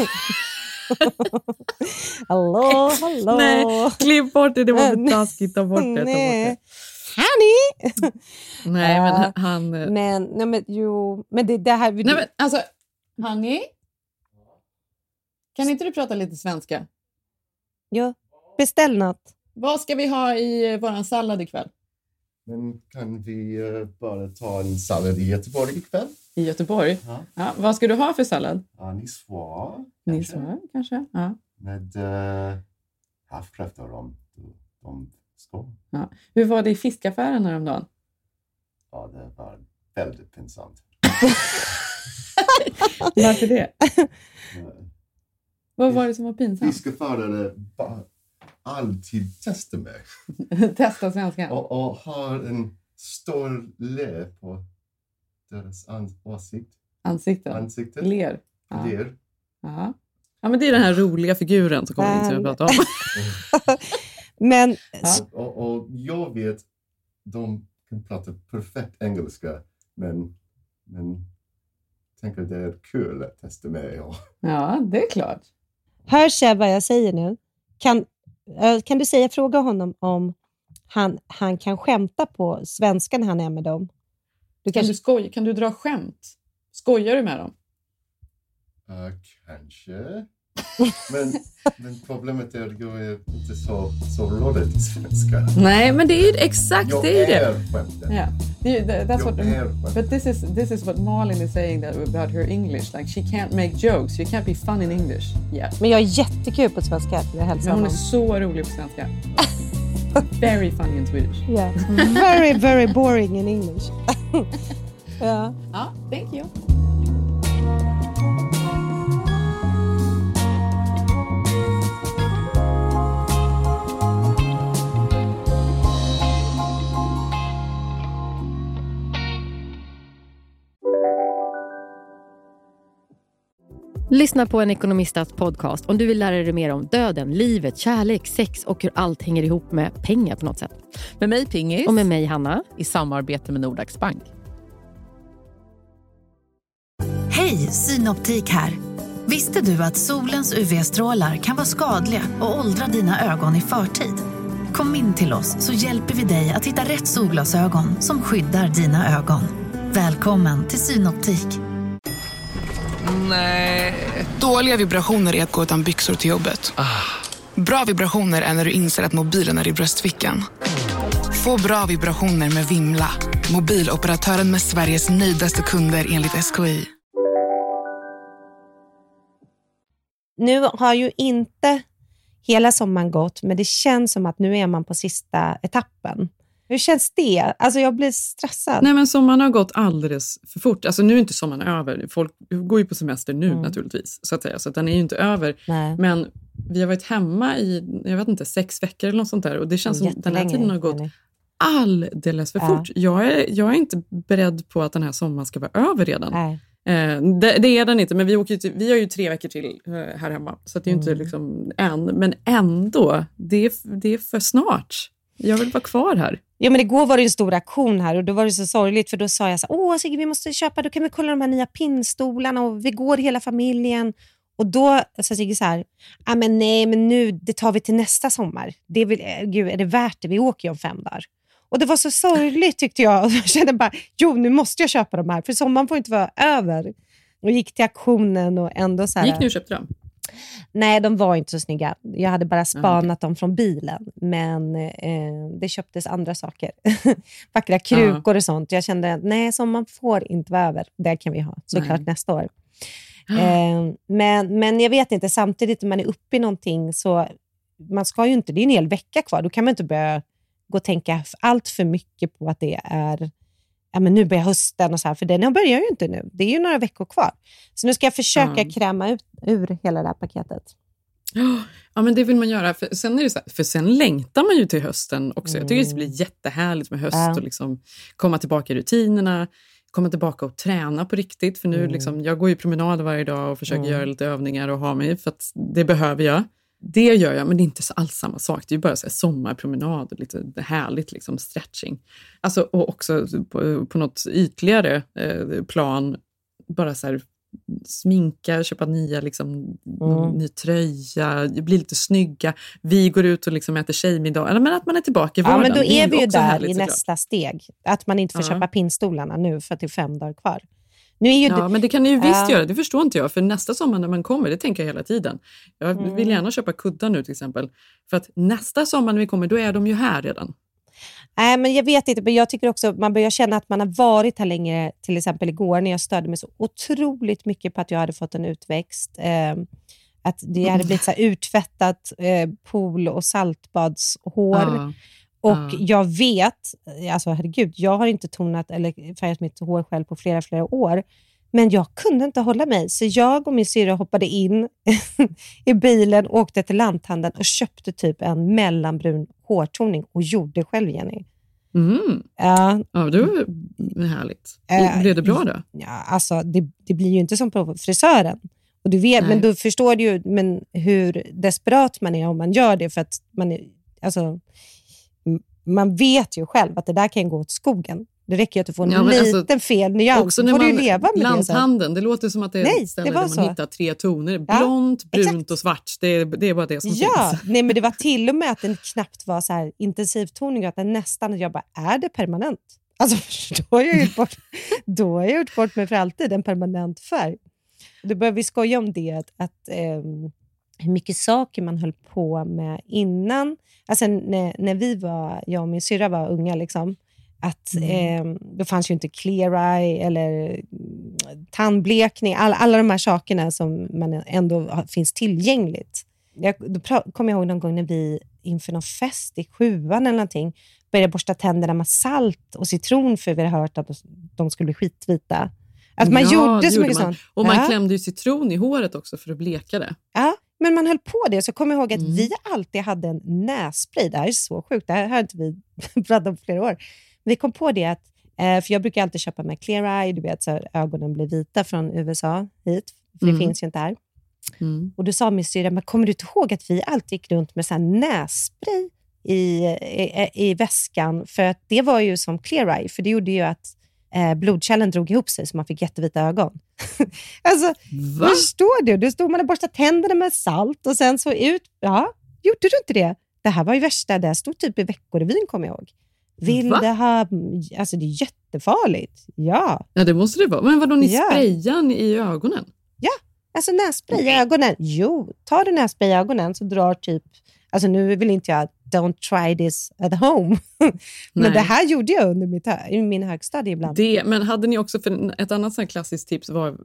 [SPEAKER 6] hallå, hallå!
[SPEAKER 5] Nej, klipp bort det. Det var för taskigt. Ta bort det.
[SPEAKER 6] Nej. Honey!
[SPEAKER 5] Nej, men han...
[SPEAKER 6] Men, nej, men, jo, men det, det här...
[SPEAKER 5] Nej, men alltså, honey? Kan inte du prata lite svenska?
[SPEAKER 6] Ja, beställ något.
[SPEAKER 5] Vad ska vi ha i våran sallad ikväll?
[SPEAKER 7] Men kan vi uh, bara ta en sallad i Göteborg ikväll?
[SPEAKER 5] I Göteborg? Ja. Ja, vad ska du ha för sallad?
[SPEAKER 7] Ja, niçoise.
[SPEAKER 5] Niçoise, kanske? Ja.
[SPEAKER 7] Med uh, havskräftor om de ska.
[SPEAKER 5] Ja. Hur var det i fiskaffären häromdagen?
[SPEAKER 7] Ja, det var väldigt pinsamt.
[SPEAKER 5] Varför det? Vad var det som var pinsamt?
[SPEAKER 7] Fiskeförare bara alltid testar mig.
[SPEAKER 5] Testa svenska.
[SPEAKER 7] Och, och har en stor le på deras ans- åsikt.
[SPEAKER 5] Ansikten?
[SPEAKER 7] Ansikte.
[SPEAKER 5] Ler. Ja.
[SPEAKER 7] Ler.
[SPEAKER 5] Ja. Ja, men det är den här roliga figuren som kommer in som jag pratar om.
[SPEAKER 6] men...
[SPEAKER 7] Ja. Och, och jag vet, de kan prata perfekt engelska, men... men tänker det är kul att testa mig. Ja,
[SPEAKER 5] ja det är klart.
[SPEAKER 6] Hör jag vad jag säger nu? Kan, kan du säga, fråga honom om han, han kan skämta på svenska när han är med dem?
[SPEAKER 5] Du kan, kanske... du skoj, kan du dra skämt? Skojar du med dem?
[SPEAKER 7] Uh, kanske. Men, men problemet är att jag är inte så, så rådig till svenska.
[SPEAKER 5] Nej, men det är ju exakt
[SPEAKER 7] jag
[SPEAKER 5] det.
[SPEAKER 7] är skämten.
[SPEAKER 5] Yeah. That's
[SPEAKER 7] jag
[SPEAKER 5] what,
[SPEAKER 7] är skämten.
[SPEAKER 5] But this is, this is what Malin is saying that about her English. Like, she can't make jokes. You can't be fun in English. Yeah.
[SPEAKER 6] Men jag är jättekul på svenska. Jag
[SPEAKER 5] men hon är så rolig på svenska. Very funny in Swedish.
[SPEAKER 6] Yeah, very, very boring in English. Ja.
[SPEAKER 5] Ja, thank you.
[SPEAKER 8] Lyssna på en ekonomistas podcast om du vill lära dig mer om döden, livet, kärlek, sex och hur allt hänger ihop med pengar på något sätt.
[SPEAKER 9] Med mig Pingis.
[SPEAKER 8] Och med mig Hanna.
[SPEAKER 9] I samarbete med Nordax Bank.
[SPEAKER 4] Hej, Synoptik här. Visste du att solens U V-strålar kan vara skadliga och åldra dina ögon i förtid? Kom in till oss så hjälper vi dig att hitta rätt solglasögon som skyddar dina ögon. Välkommen till Synoptik.
[SPEAKER 10] Nej. Dåliga vibrationer är att gå utan byxor till jobbet. Bra vibrationer är när du inser att mobilen är i bröstfickan. Få bra vibrationer med Vimla. Mobiloperatören med Sveriges nöjdaste kunder enligt S K I.
[SPEAKER 6] Nu har ju inte hela sommaren gått, men det känns som att nu är man på sista etappen. Hur känns det? Alltså jag blir stressad.
[SPEAKER 5] Nej, men sommaren har gått alldeles för fort. Alltså nu är inte sommaren över. Folk går ju på semester nu mm. naturligtvis. Så att säga. Så att den är ju inte över. Nej. Men vi har varit hemma i, jag vet inte, sex veckor eller något sånt där. Och det känns som den här tiden har gått alldeles för ja. fort. Jag är, jag är inte beredd på att den här sommaren ska vara över redan. Nej. Eh, det, det är den inte, men vi, åker till, vi har ju tre veckor till eh, här hemma. Så att det är ju mm. inte liksom än. Men ändå, det är, det är för snart. Jag vill vara kvar här.
[SPEAKER 6] Ja, men igår var det en stor aktion här och då var det så sorgligt för då sa jag så åh Sigge, vi måste köpa, då kan vi kolla de här nya pinnstolarna och vi går hela familjen. Och då sa Sigge så här, ah, men nej men nu, det tar vi till nästa sommar. Det är, väl, gud, är det värt det? Vi åker ju om fem dagar. Och det var så sorgligt tyckte jag. Och jag kände bara, jo nu måste jag köpa de här för sommaren får inte vara över. Och gick till aktionen och ändå så här.
[SPEAKER 5] Gick ni och köpte dem?
[SPEAKER 6] Nej, de var inte så snygga. Jag hade bara spanat mm. dem från bilen. Men eh, det köptes andra saker. Vackra krukor uh. och sånt. Jag kände att nej, som man får inte vara över. Det kan vi ha såklart nästa år. Eh, men, men jag vet inte, samtidigt när man är uppe i någonting så man ska ju inte, det är en hel vecka kvar. Då kan man inte börja gå och tänka allt för mycket på att det är ja, men nu börjar hösten och så här, för den börjar ju inte nu. Det är ju några veckor kvar. Så nu ska jag försöka mm. kräma ut ur hela det här paketet.
[SPEAKER 5] Ja, men det vill man göra. För sen, är det så här, för sen längtar man ju till hösten också. Mm. Jag tycker det blir jättehärligt med höst ja. och liksom komma tillbaka i rutinerna. Komma tillbaka och träna på riktigt. För nu mm. liksom, jag går ju promenad varje dag och försöker mm. göra lite övningar och ha mig. För att det behöver jag. Det gör jag, men det är inte så alls samma sak. Det är ju bara så här sommarpromenad och lite härligt liksom stretching. Alltså, och också på, på något ytligare eh, plan bara så här sminka, köpa nya liksom, mm. ny tröja, bli lite snygga. Vi går ut och liksom äter tjejmiddag. Eller men att man är tillbaka i vardagen.
[SPEAKER 6] Ja, men då är, är vi ju där
[SPEAKER 5] härligt,
[SPEAKER 6] i nästa steg. Att man inte får ja. köpa pinnstolarna nu för att det är fem dagar kvar. Nu är ju
[SPEAKER 5] ja,
[SPEAKER 6] det,
[SPEAKER 5] men det kan ni ju visst
[SPEAKER 6] uh,
[SPEAKER 5] göra. Det förstår inte jag. För nästa sommar när man kommer, det tänker jag hela tiden. Jag mm. vill gärna köpa kuddar nu till exempel. För att nästa sommar när vi kommer, då är de ju här redan.
[SPEAKER 6] Nej, äh, men jag vet inte. Men jag tycker också man börjar känna att man har varit här längre. Till exempel igår när jag störde mig så otroligt mycket på att jag hade fått en utväxt. Eh, att det hade blivit så här utfettat eh, pool- och saltbadshår. Uh. Och uh. jag vet, alltså herregud, jag har inte tonat eller färgat mitt hår själv på flera, flera år. Men jag kunde inte hålla mig. Så jag och min syra hoppade in i bilen, åkte till lanthandeln och köpte typ en mellanbrun hårtoning och gjorde själv, Jenny.
[SPEAKER 5] Mm.
[SPEAKER 6] Uh,
[SPEAKER 5] ja, det var härligt. Uh, blev det bra då?
[SPEAKER 6] Ja, alltså det, det blir ju inte som på frisören. Och du vet, men då förstår du ju men hur desperat man är om man gör det. För att man är, alltså... Man vet ju själv att det där kan gå åt skogen. Det räcker ju att du får en ja, liten alltså, fel nyans. Så får du ju leva med
[SPEAKER 5] lanthandeln, det, det låter som att det är
[SPEAKER 6] nej,
[SPEAKER 5] ett ställe
[SPEAKER 6] där man
[SPEAKER 5] så. hittar tre toner. Blont, ja, brunt exakt. och svart. Det är, det är bara det som
[SPEAKER 6] ja,
[SPEAKER 5] finns.
[SPEAKER 6] Nej, men det var till och med att den knappt var så här intensivtoning. Att den nästan, jag bara, är det permanent? Alltså, då har jag gjort bort, då har jag gjort bort mig för alltid. En permanent färg. Då börjar vi skoja om det. Att, att um, hur mycket saker man höll på med innan. Alltså när, när vi var, jag och min syrra var unga liksom, att mm. eh, då fanns ju inte clear eye eller tandblekning, all, alla de här sakerna som man ändå har, finns tillgängligt. Jag, då kommer jag ihåg någon gång när vi inför någon fest i sjuan eller någonting började borsta tänderna med salt och citron, för vi hade hört att de skulle bli skitvita. Att man
[SPEAKER 5] ja,
[SPEAKER 6] gjorde så
[SPEAKER 5] gjorde
[SPEAKER 6] mycket
[SPEAKER 5] man.
[SPEAKER 6] sånt.
[SPEAKER 5] Och man
[SPEAKER 6] ja.
[SPEAKER 5] klämde ju citron i håret också för att bleka det.
[SPEAKER 6] Ja, men man höll på det. Så kom jag ihåg att
[SPEAKER 5] Mm.
[SPEAKER 6] vi alltid hade en nässpray. Det här är så sjukt. Det här har inte vi pratat om flera år. Vi kom på det att, eh, för jag brukar alltid köpa med Clear Eye, du vet, så ögonen blir vita från U S A hit. För det
[SPEAKER 5] Mm.
[SPEAKER 6] finns ju inte här.
[SPEAKER 5] Mm.
[SPEAKER 6] Och då sa min syrra, men kommer du inte ihåg att vi alltid gick runt med så här nässpray i, i, i väskan? För att det var ju som Clear Eye, för det gjorde ju att eh, blodkärlen drog ihop sig så man fick jättevita ögon. Alltså,
[SPEAKER 5] Va?
[SPEAKER 6] förstår du? Då stod man och borstade tänderna med salt och sen så ut. Ja, gjorde du inte det? Det här var ju värsta, det stod typ i Veckorevyn, kommer jag ihåg. Vill
[SPEAKER 5] Va?
[SPEAKER 6] det ha, alltså det är jättefarligt. Ja.
[SPEAKER 5] Ja, det måste det vara. Men vadå, ni
[SPEAKER 6] Ja.
[SPEAKER 5] sprayar i ögonen?
[SPEAKER 6] Ja, alltså nässpray i ögonen. Jo, tar du nässpray i ögonen så drar typ, alltså nu vill inte jag don't try this at home. Men
[SPEAKER 5] Nej.
[SPEAKER 6] det här gjorde jag under mitt, hö- i min högstadie ibland.
[SPEAKER 5] Det, men hade ni också, för ett annat sånt här klassiskt tips var,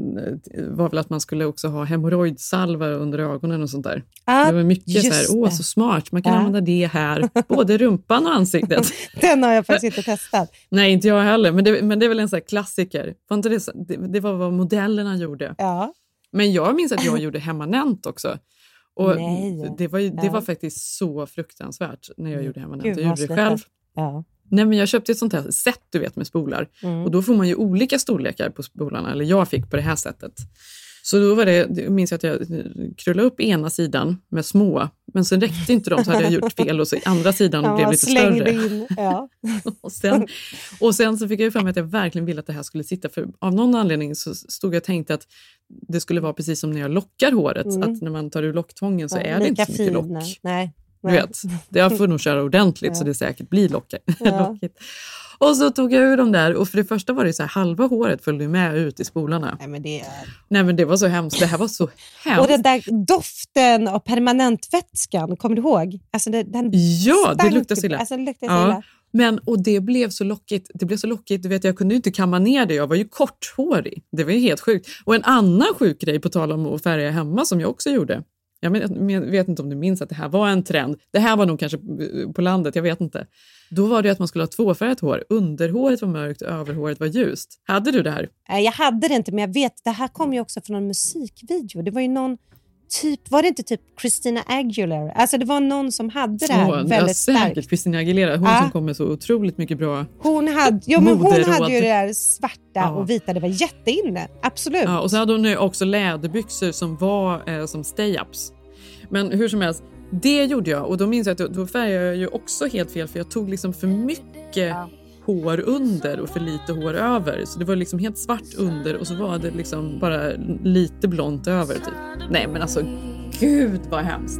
[SPEAKER 5] var väl att man skulle också ha hemorrojdsalva under ögonen och sånt där.
[SPEAKER 6] Ja,
[SPEAKER 5] det var mycket så här,
[SPEAKER 6] just
[SPEAKER 5] åh
[SPEAKER 6] det.
[SPEAKER 5] så smart, man kan
[SPEAKER 6] Ja.
[SPEAKER 5] använda det här, både rumpan och ansiktet.
[SPEAKER 6] Den har jag faktiskt inte testat.
[SPEAKER 5] Nej, inte jag heller, men det, men det är väl en sån här klassiker. Var inte det, så- det, det var vad modellerna gjorde.
[SPEAKER 6] Ja.
[SPEAKER 5] Men jag minns att jag gjorde hemmanent också. Och
[SPEAKER 6] Nej.
[SPEAKER 5] det var, ju, det
[SPEAKER 6] Ja.
[SPEAKER 5] var faktiskt så fruktansvärt när jag gjorde hemmanent.
[SPEAKER 6] Gud,
[SPEAKER 5] Jag
[SPEAKER 6] vad
[SPEAKER 5] gjorde det
[SPEAKER 6] släppt.
[SPEAKER 5] själv.
[SPEAKER 6] Ja.
[SPEAKER 5] Nej, men jag köpte ett sånt här set, du vet, med spolar.
[SPEAKER 6] Mm.
[SPEAKER 5] Och då får man ju olika storlekar på spolarna. Eller jag fick på det här sättet. Så då var det, jag minns att jag krullade upp ena sidan med små. Men sen räckte inte de, så hade jag gjort fel. Och så andra sidan
[SPEAKER 6] Ja,
[SPEAKER 5] blev lite
[SPEAKER 6] slängde
[SPEAKER 5] större.
[SPEAKER 6] In. Ja.
[SPEAKER 5] och, sen, och sen så fick jag ju för mig att jag verkligen ville att det här skulle sitta. För av någon anledning så stod jag och tänkte att det skulle vara precis som när jag lockar håret.
[SPEAKER 6] Mm.
[SPEAKER 5] Att när man tar ur locktången så
[SPEAKER 6] Ja,
[SPEAKER 5] är det inte
[SPEAKER 6] lika
[SPEAKER 5] så mycket
[SPEAKER 6] fin,
[SPEAKER 5] lock.
[SPEAKER 6] nej. Nej.
[SPEAKER 5] Du vet, det jag får nog köra ordentligt
[SPEAKER 6] Ja.
[SPEAKER 5] så det säkert blir lockigt.
[SPEAKER 6] Ja.
[SPEAKER 5] lockigt. Och så tog jag ur dem där och för det första var det så här, halva håret följde med ut i spolarna.
[SPEAKER 6] Nej, men det är...
[SPEAKER 5] Nej, men det var så hemskt. Det här var så hemskt.
[SPEAKER 6] Och den där doften av permanentvätskan, kommer du ihåg? Alltså det, den
[SPEAKER 5] Ja, det
[SPEAKER 6] stank-
[SPEAKER 5] luktar så illa.
[SPEAKER 6] Alltså det luktar så
[SPEAKER 5] Ja.
[SPEAKER 6] illa.
[SPEAKER 5] Men, och det blev så lockigt. Det blev så lockigt. Du vet, jag kunde ju inte kamma ner det. Jag var ju korthårig. Det var ju helt sjukt. Och en annan sjuk grej på tal om att färga hemma som jag också gjorde. Jag men- men- vet inte om du minns att det här var en trend. Det här var nog kanske på landet, jag vet inte. Då var det att man skulle ha tvåfärgat hår. Underhåret var mörkt, överhåret var ljust. Hade du det här?
[SPEAKER 6] Nej, jag hade det inte, men jag vet, det här kom ju också från en musikvideo. Det var ju någon typ, var det inte typ Christina Aguilera? Alltså det var någon som hade det här
[SPEAKER 5] Åh, ja,
[SPEAKER 6] väldigt
[SPEAKER 5] säkert.
[SPEAKER 6] starkt.
[SPEAKER 5] Christina Aguilera, hon
[SPEAKER 6] Ja.
[SPEAKER 5] som kom med så otroligt mycket bra.
[SPEAKER 6] Hon hade, jo, men hon
[SPEAKER 5] Moderåd.
[SPEAKER 6] hade ju det där svarta
[SPEAKER 5] Ja.
[SPEAKER 6] och vita, det var jätteinne. Absolut.
[SPEAKER 5] Ja, och så hade hon ju också läderbyxor som var eh, som stay-ups. Men hur som helst, det gjorde jag. Och då minns jag att då, då färgade jag ju också helt fel. För jag tog liksom för mycket
[SPEAKER 6] Ja.
[SPEAKER 5] hår under och för lite hår över. Så det var liksom helt svart under och så var det liksom bara lite blont över typ. Nej men alltså, gud vad hemskt.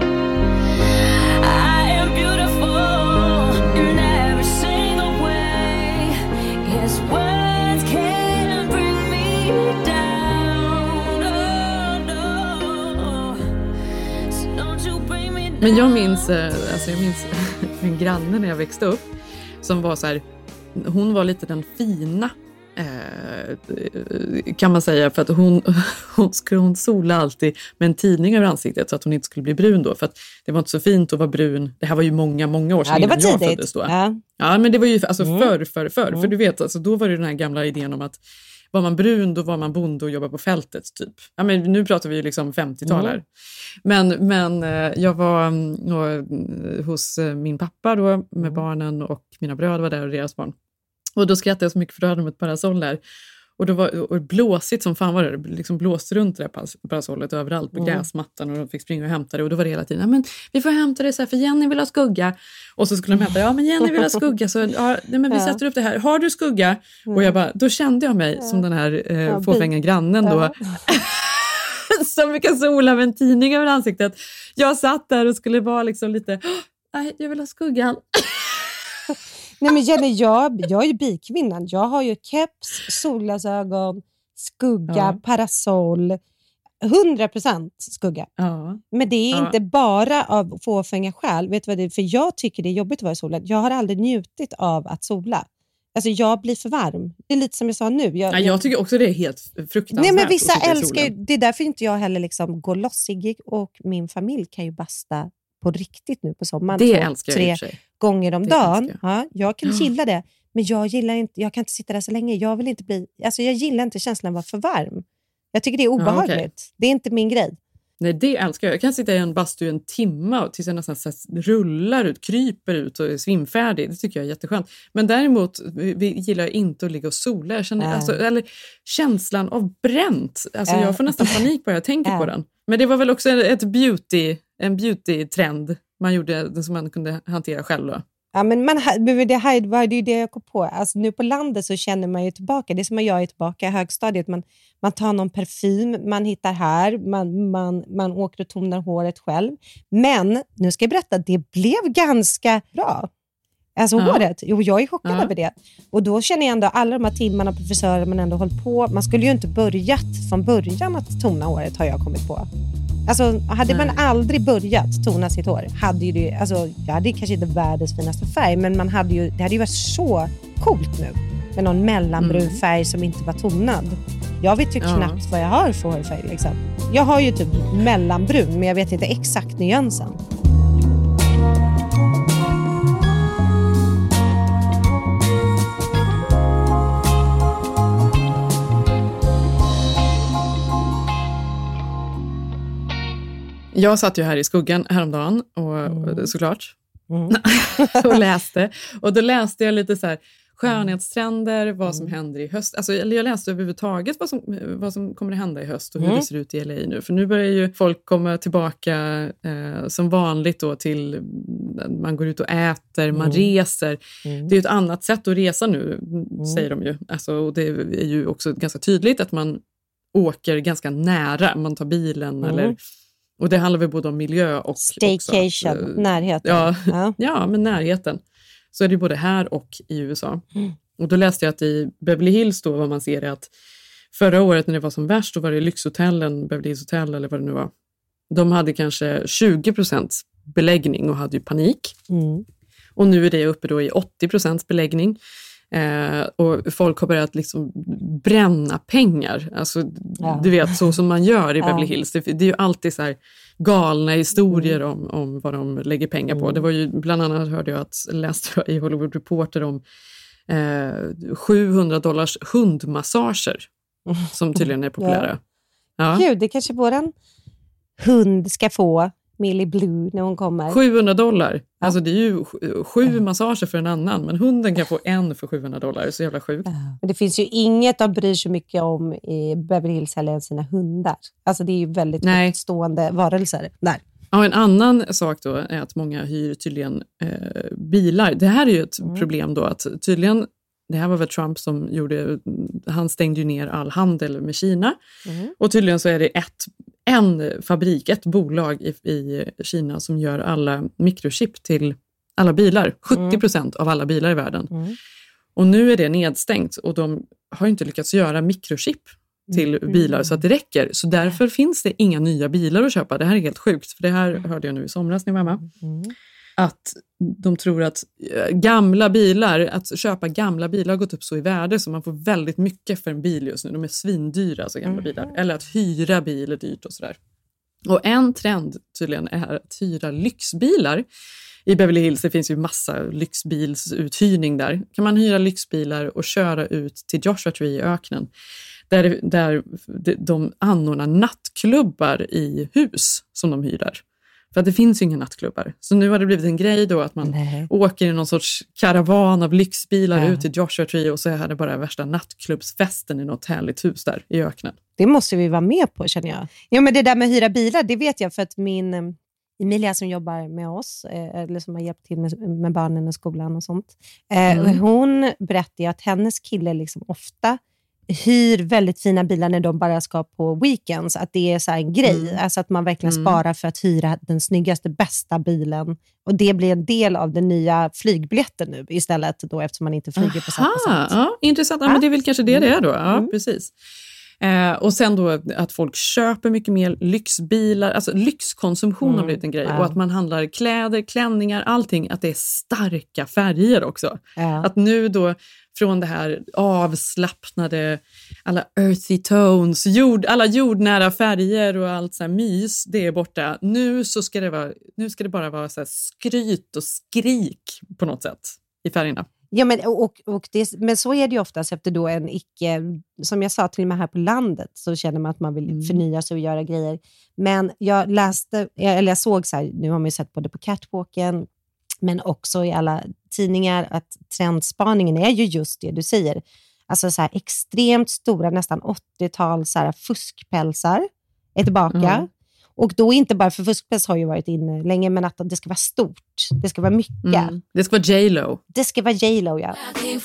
[SPEAKER 11] I am beautiful in every single way. His words can bring me down. Oh, no. So don't you bring me down.
[SPEAKER 5] Men jag minns, eh, alltså jag minns min granne när jag växte upp som var så här, hon var lite den fina eh, kan man säga, för att hon, hon skulle hon sola alltid med en tidning över ansiktet så att hon inte skulle bli brun då, för att det var inte så fint att vara brun. Det här var ju många, många år sedan
[SPEAKER 6] Ja, det var
[SPEAKER 5] innan jag
[SPEAKER 6] tidigt.
[SPEAKER 5] föddes då.
[SPEAKER 6] Ja.
[SPEAKER 5] Ja, men det var ju alltså
[SPEAKER 6] Mm.
[SPEAKER 5] förr, förr, förr.
[SPEAKER 6] Mm.
[SPEAKER 5] För du vet, alltså, då var det den här gamla idén om att var man brun, då var man bonde och jobbade på fältet typ. Ja, men nu pratar vi ju liksom femtiotal här.
[SPEAKER 6] Mm.
[SPEAKER 5] Men, men eh, jag var mm, och, eh, hos eh, min pappa då med
[SPEAKER 6] Mm.
[SPEAKER 5] barnen och mina bröder var där och deras barn. Och då skrattade jag så mycket för då hade de ett parasoll där. Och det var och blåsigt som fan var det. Det liksom blåste runt det där pas- parasollet överallt på
[SPEAKER 6] Mm.
[SPEAKER 5] gräsmattan och de fick springa och hämta det. Och då var det hela tiden, ja, men vi får hämta det så här för Jenny vill ha skugga. Och så skulle de hämta, ja men Jenny vill ha skugga. Så ja, nej, men vi
[SPEAKER 6] Ja.
[SPEAKER 5] sätter upp det här. Har du skugga? Och jag bara, då kände jag mig som den här eh,
[SPEAKER 6] Ja,
[SPEAKER 5] fåfänga grannen då.
[SPEAKER 6] Ja.
[SPEAKER 5] Som vi kan sola med en tidning över ansiktet. Jag satt där och skulle vara liksom lite, nej jag vill ha skuggan.
[SPEAKER 6] Nej, men Jenny, jag, jag är ju bikvinnan. Jag har ju keps, solglasögon, skugga,
[SPEAKER 5] Ja.
[SPEAKER 6] parasoll. hundra procent skugga.
[SPEAKER 5] Ja.
[SPEAKER 6] Men det är
[SPEAKER 5] Ja.
[SPEAKER 6] inte bara av fåfänga skäl. Vet du vad det är? För jag tycker det är jobbigt att vara i solen. Jag har aldrig njutit av att sola. Alltså jag blir för varm. Det är lite som jag sa nu. Jag,
[SPEAKER 5] Ja, jag tycker också det är helt fruktansvärt.
[SPEAKER 6] Nej, men
[SPEAKER 5] att
[SPEAKER 6] vissa
[SPEAKER 5] sitta i
[SPEAKER 6] älskar ju,
[SPEAKER 5] solen.
[SPEAKER 6] det är därför inte jag heller liksom går loss i gig, och min familj kan ju basta på riktigt nu på sommaren.
[SPEAKER 5] Det
[SPEAKER 6] två,
[SPEAKER 5] älskar jag
[SPEAKER 6] tre
[SPEAKER 5] i och för sig.
[SPEAKER 6] gånger om
[SPEAKER 5] Det
[SPEAKER 6] dagen.
[SPEAKER 5] älskar jag.
[SPEAKER 6] Ja, jag kan gilla det. Men jag gillar inte, jag kan inte sitta där så länge. Jag vill inte bli, alltså jag gillar inte känslan av att vara för varm. Jag tycker det är obehagligt.
[SPEAKER 5] Ja, okay.
[SPEAKER 6] Det är inte min grej.
[SPEAKER 5] Nej, det älskar jag. Jag kan sitta i en bastu en timme tills jag nästan så här rullar ut, kryper ut och är svimfärdig. Det tycker jag är jätteskönt. Men däremot vi gillar jag inte att ligga och sola. Jag känner,
[SPEAKER 6] äh.
[SPEAKER 5] alltså, eller känslan av bränt. Alltså,
[SPEAKER 6] äh.
[SPEAKER 5] Jag får nästan panik bara jag tänker äh. på den. Men det var väl också ett beauty, en beauty-trend man gjorde som man kunde hantera själv då.
[SPEAKER 6] Ja, men man, det här var ju det jag kom på. Alltså, nu på landet så känner man ju tillbaka. Det är som att jag är tillbaka i högstadiet. Man, man tar någon parfym, man hittar här. Man, man, man åker och tonar håret själv. Men, nu ska jag berätta, att det blev ganska bra. Alltså ja. håret. Jo, jag är chockad ja. över det. Och då känner jag ändå alla de här timmarna på frisören man ändå hållit på. Man skulle ju inte börjat från början att tona håret, har jag kommit på. Alltså, hade Nej. man aldrig börjat tona sitt hår, hade ju det, alltså, jag hade kanske inte världens finaste färg, men man hade ju, det hade ju varit så coolt nu med någon mellanbrun mm. färg som inte var tonad. Jag vet ju ja. knappt vad jag har för hårfärg liksom. Jag har ju typ mellanbrun, men jag vet inte exakt nyansen.
[SPEAKER 5] Jag satt ju här i skuggan häromdagen och, mm. såklart mm. och läste. Och då läste jag lite så här skönhetstrender, vad som mm. händer i höst. Alltså, eller jag läste överhuvudtaget vad som, vad som kommer att hända i höst och hur mm. det ser ut i L A nu. För nu börjar ju folk komma tillbaka eh, som vanligt då till man går ut och äter, man mm. reser. Mm. Det är ju ett annat sätt att resa nu, mm. säger de ju. Alltså, och det är ju också ganska tydligt att man åker ganska nära. Man tar bilen mm. eller... Och det handlar väl både om miljö och...
[SPEAKER 6] Staycation, också, närheten.
[SPEAKER 5] Ja, ja. ja, men närheten. Så är det både här och i U S A. Mm. Och då läste jag att i Beverly Hills då, vad man ser är att förra året när det var som värst, då var det lyxhotellen, Beverly Hills Hotel eller vad det nu var. De hade kanske tjugo procent beläggning och hade ju panik. Mm. Och nu är det uppe då i åttio procent beläggning. Eh, och folk har börjat liksom bränna pengar, alltså ja. du vet, så som man gör i Beverly Hills. Det, det är ju alltid så här galna historier mm. om, om vad de lägger pengar på. Mm. Det var ju bland annat, hörde jag att läste jag i Hollywood Reporter om eh, sjuhundra dollars hundmassager som tydligen är populära.
[SPEAKER 6] Ja. Ja. Gud, det kanske våran hund ska få, Millie Blue, när hon kommer.
[SPEAKER 5] sjuhundra dollar. Ja. Alltså det är ju sju ja. massager för en annan. Men hunden kan få en för sjuhundra dollar. Det är så jävla sjukt. Ja.
[SPEAKER 6] Men det finns ju inget de bryr sig mycket om i Beverly Hills än sina hundar. Alltså det är ju väldigt stående varelser där.
[SPEAKER 5] Ja, en annan sak då är att många hyr tydligen eh, bilar. Det här är ju ett mm. problem då. Att tydligen, det här var väl Trump som gjorde, han stängde ju ner all handel med Kina. Mm. Och tydligen så är det ett en fabrik, ett bolag i, i Kina som gör alla mikrochip till alla bilar. sjuttio procent mm. av alla bilar i världen. Mm. Och nu är det nedstängt och de har inte lyckats göra mikrochip till mm. bilar så att det räcker. Så därför mm. finns det inga nya bilar att köpa. Det här är helt sjukt, för det här hörde jag nu i somras när jag var hemma. Mm. Att de tror att gamla bilar, att köpa gamla bilar har gått upp så i värde så man får väldigt mycket för en bil just nu. De är svindyra, alltså gamla mm. bilar. Eller att hyra bil är dyrt och sådär. Och en trend tydligen är att hyra lyxbilar. I Beverly Hills det finns ju massa lyxbilsuthyrning där. Kan man hyra lyxbilar och köra ut till Joshua Tree i öknen. Där, där de anordnar nattklubbar i hus som de hyr där. För att det finns ju inga nattklubbar. Så nu har det blivit en grej då att man Nej. åker i någon sorts karavan av lyxbilar ja. ut till Joshua Tree och så är det bara värsta nattklubbsfesten i något härligt hus där i öknen.
[SPEAKER 6] Det måste vi vara med på, känner jag. Ja, men det där med hyra bilar, det vet jag för att min Emilia som jobbar med oss, eller som har hjälpt till med, med barnen i skolan och sånt. Mm. Hon berättade ju att hennes kille liksom ofta hyr väldigt fina bilar när de bara ska på weekends, att det är så här en grej, mm. alltså att man verkligen mm. sparar för att hyra den snyggaste, bästa bilen, och det blir en del av den nya flygbiljetten nu istället då, eftersom man inte flyger på samma sätt.
[SPEAKER 5] Ja, intressant, ja, men det är väl kanske det det är då, ja mm. precis. Eh, och sen då att folk köper mycket mer lyxbilar, alltså lyxkonsumtion mm. har blivit en grej, ja. och att man handlar kläder, klänningar, allting, att det är starka färger också. Ja. Att nu då från det här avslappnade, alla earthy tones, jord, alla jordnära färger och allt så här mys, det är borta. Nu så ska det vara, nu ska det bara vara så här skryt och skrik på något sätt i färgerna.
[SPEAKER 6] Ja, men, och, och det, men så är det ju oftast efter då en icke, som jag sa till och med här på landet, så känner man att man vill förnya sig och göra grejer. Men jag läste, eller jag såg så här, nu har man ju sett både på catwalken, men också i alla tidningar, att trendspaningen är ju just det du säger. Alltså så här extremt stora, nästan åttiotal så här fuskpälsar är tillbaka. Mm. Och då inte bara, för fuskpäls har ju varit inne länge, men att det ska vara stort. Det ska vara mycket.
[SPEAKER 5] Mm. Det ska vara J-Lo.
[SPEAKER 6] Det ska vara J-Lo, ja.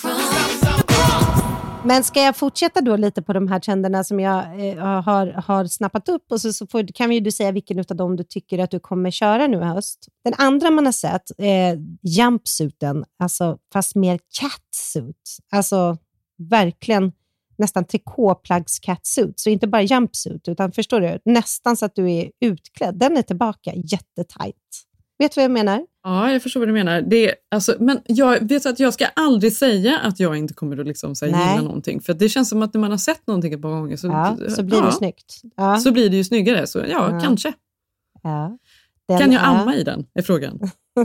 [SPEAKER 6] Men ska jag fortsätta då lite på de här trenderna som jag eh, har, har snappat upp, och så, så får, kan vi ju du säga vilken av dem du tycker att du kommer köra nu i höst. Den andra man har sett är jumpsuiten, alltså fast mer catsuit. Alltså verkligen nästan trikåplaggs catsuit, så inte bara jumpsuit, utan förstår du, nästan så att du är utklädd. Den är tillbaka jättetajt. Vet du vad jag menar?
[SPEAKER 5] Ja, jag förstår vad du menar. Det är, alltså, men jag vet att jag ska aldrig säga att jag inte kommer att liksom, så här, gilla någonting. För det känns som att när man har sett någonting ett par gånger så,
[SPEAKER 6] ja, så blir det
[SPEAKER 5] ja,
[SPEAKER 6] snyggt. Ja.
[SPEAKER 5] Så blir det ju snyggare. Så ja, ja. kanske.
[SPEAKER 6] Ja.
[SPEAKER 5] Den, kan jag amma ja. i den, är frågan.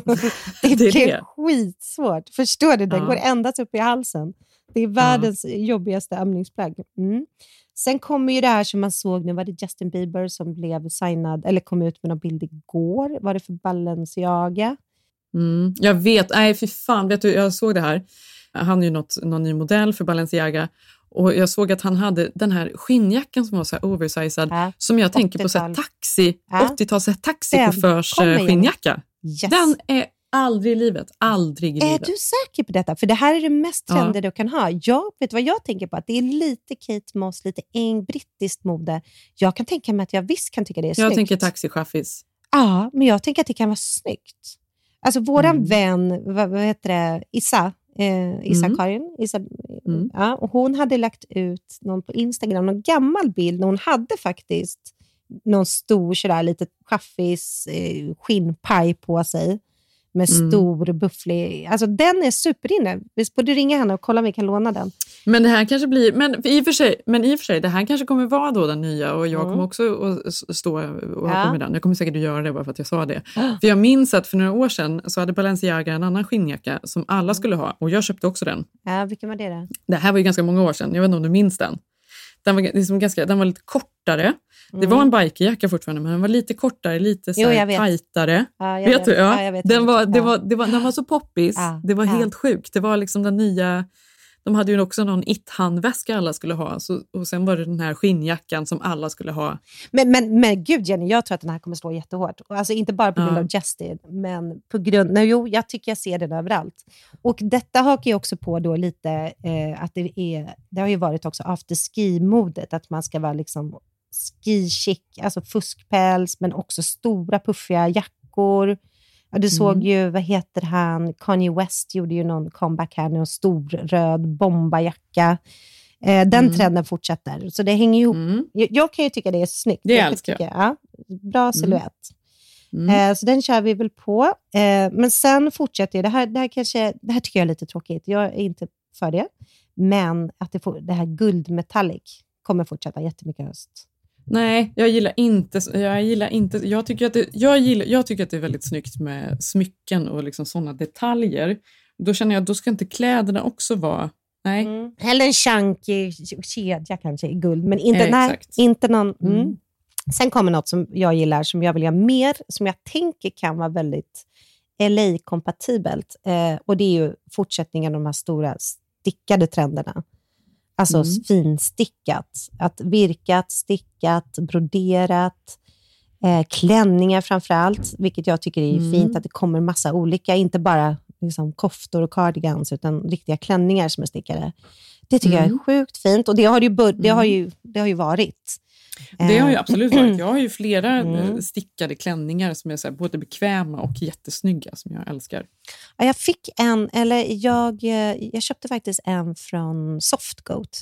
[SPEAKER 6] det, det är det. Skitsvårt. Förstår du? Den
[SPEAKER 5] ja.
[SPEAKER 6] går ända upp i halsen. Det är världens ja. jobbigaste amningsplagg. Mm. Sen kommer ju det här som man såg nu, var det Justin Bieber som blev signad, eller kom ut med någon bild igår. Var det för Balenciaga?
[SPEAKER 5] Mm, jag vet, nej för fan, vet du, jag såg det här. Han är ju något, någon ny modell för Balenciaga. Och jag såg att han hade den här skinnjackan som var så här oversized. Äh, som jag tänker på så här taxi, äh, åttio-tals taxichaufförs skinnjacka. Yes. Den är aldrig i livet, aldrig i livet.
[SPEAKER 6] Är du säker på detta? För det här är det mest trender ja. du kan ha. Jag vet vad jag tänker på, att det är lite Kate Moss, lite eng brittiskt mode. Jag kan tänka mig att jag visst kan tycka det är snyggt.
[SPEAKER 5] Jag tänker taxichaffis.
[SPEAKER 6] Ja, men jag tänker att det kan vara snyggt. Alltså våran mm. vän, vad, vad heter det, Issa, eh, Issa mm. Karin, Issa, mm. ja, och hon hade lagt ut någon på Instagram, någon gammal bild, när hon hade faktiskt någon stor sådär lite chaffis eh, skinnpaj på sig. Med mm. stor bufflig. Alltså den är superinne. Visst borde du ringa henne och kolla om vi kan låna den.
[SPEAKER 5] Men det här kanske blir, men i och för sig, men i och för sig det här kanske kommer vara då den nya, och jag mm. kommer också att stå och ha på mig den. Jag kommer säkert att göra det bara för att jag sa det. För jag minns att för några år sedan så hade Balenciaga en annan skinnjacka som alla skulle ha, och jag köpte också den.
[SPEAKER 6] Ja, vilken var det då?
[SPEAKER 5] Det här var ju ganska många år sedan. Jag vet inte om du minns den. Den var, liksom ganska, den var lite kortare. Mm. Det var en bikerjacka fortfarande, men den var lite kortare, lite så här tajtare.
[SPEAKER 6] Ja,
[SPEAKER 5] vet, vet du? Ja.
[SPEAKER 6] Ja, jag vet
[SPEAKER 5] den, var, det var, det var, den var så poppis. Ja, det var ja. helt sjukt. Det var liksom den nya... De hade ju också någon it-handväska alla skulle ha. Så, och sen var det den här skinnjackan som alla skulle ha.
[SPEAKER 6] Men, men, men gud Jenny, jag tror att den här kommer slå jättehårt. Alltså inte bara på grund ja. av Justin, men på grund... Nej, jo, jag tycker jag ser den överallt. Och detta hakar ju också på då lite eh, att det är... Det har ju varit också after ski-modet. Att man ska vara liksom ski-chic, alltså fuskpäls, men också stora puffiga jackor. Ja, du mm. såg ju, vad heter han? Kanye West gjorde ju någon comeback här nu, en stor röd bombajacka. Eh, den mm. trenden fortsätter. Så det hänger ihop. Mm. Jag, jag kan ju tycka det är snyggt.
[SPEAKER 5] Det
[SPEAKER 6] jag
[SPEAKER 5] älskar
[SPEAKER 6] jag. Ja, bra silhuett. Mm. Mm. Eh, så den kör vi väl på. Eh, men sen fortsätter det här, det här kanske, det här tycker jag är lite tråkigt. Jag är inte för det. Men att det, får, det här guldmetallic kommer fortsätta jättemycket höst.
[SPEAKER 5] Nej, jag gillar inte, jag gillar inte, jag tycker att det, jag gillar, jag tycker att det är väldigt snyggt med smycken och liksom sådana detaljer. Då känner jag att då ska inte kläderna också vara, nej.
[SPEAKER 6] Mm. Eller en chunky kedja kanske i guld, men inte, eh, nej, inte någon. Mm. Mm. Sen kommer något som jag gillar, som jag vill göra mer, som jag tänker kan vara väldigt L A-kompatibelt. Eh, och det är ju fortsättningen av de här stora stickade trenderna. Alltså mm. finstickat. Att virkat, stickat, broderat. Eh, klänningar framförallt. Vilket jag tycker är mm. fint. Att det kommer massa olika. Inte bara liksom, koftor och cardigans. Utan riktiga klänningar som är stickade. Det tycker mm. jag är sjukt fint. Och det har ju, bör- det har ju, det har ju varit.
[SPEAKER 5] Det har ju absolut varit. Jag har ju flera mm. stickade klänningar som är så här, både bekväma och jättesnygga som jag älskar.
[SPEAKER 6] Ja, jag fick en, eller jag, jag köpte faktiskt en från Softgoat.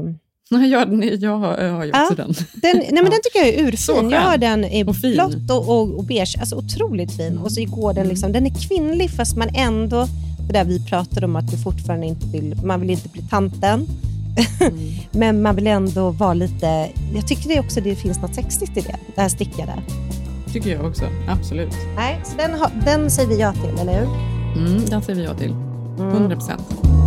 [SPEAKER 5] Nej, jag, jag, har, jag har ju också
[SPEAKER 6] ja,
[SPEAKER 5] den.
[SPEAKER 6] den. Nej, men den tycker jag är urfin. Jag har den i och blått och, och, och beige. Alltså otroligt fin. Och så går den liksom, den är kvinnlig fast man ändå För där vi pratade om att vi fortfarande inte vill, man vill inte bli tanten. Mm. Men man vill ändå vara lite, jag tycker det också det finns något sexigt i det, det här stickade.
[SPEAKER 5] Tycker jag också, absolut.
[SPEAKER 6] Nej, så den, har, den säger vi ja till, eller hur?
[SPEAKER 5] Mm, den säger vi ja till, hundra procent.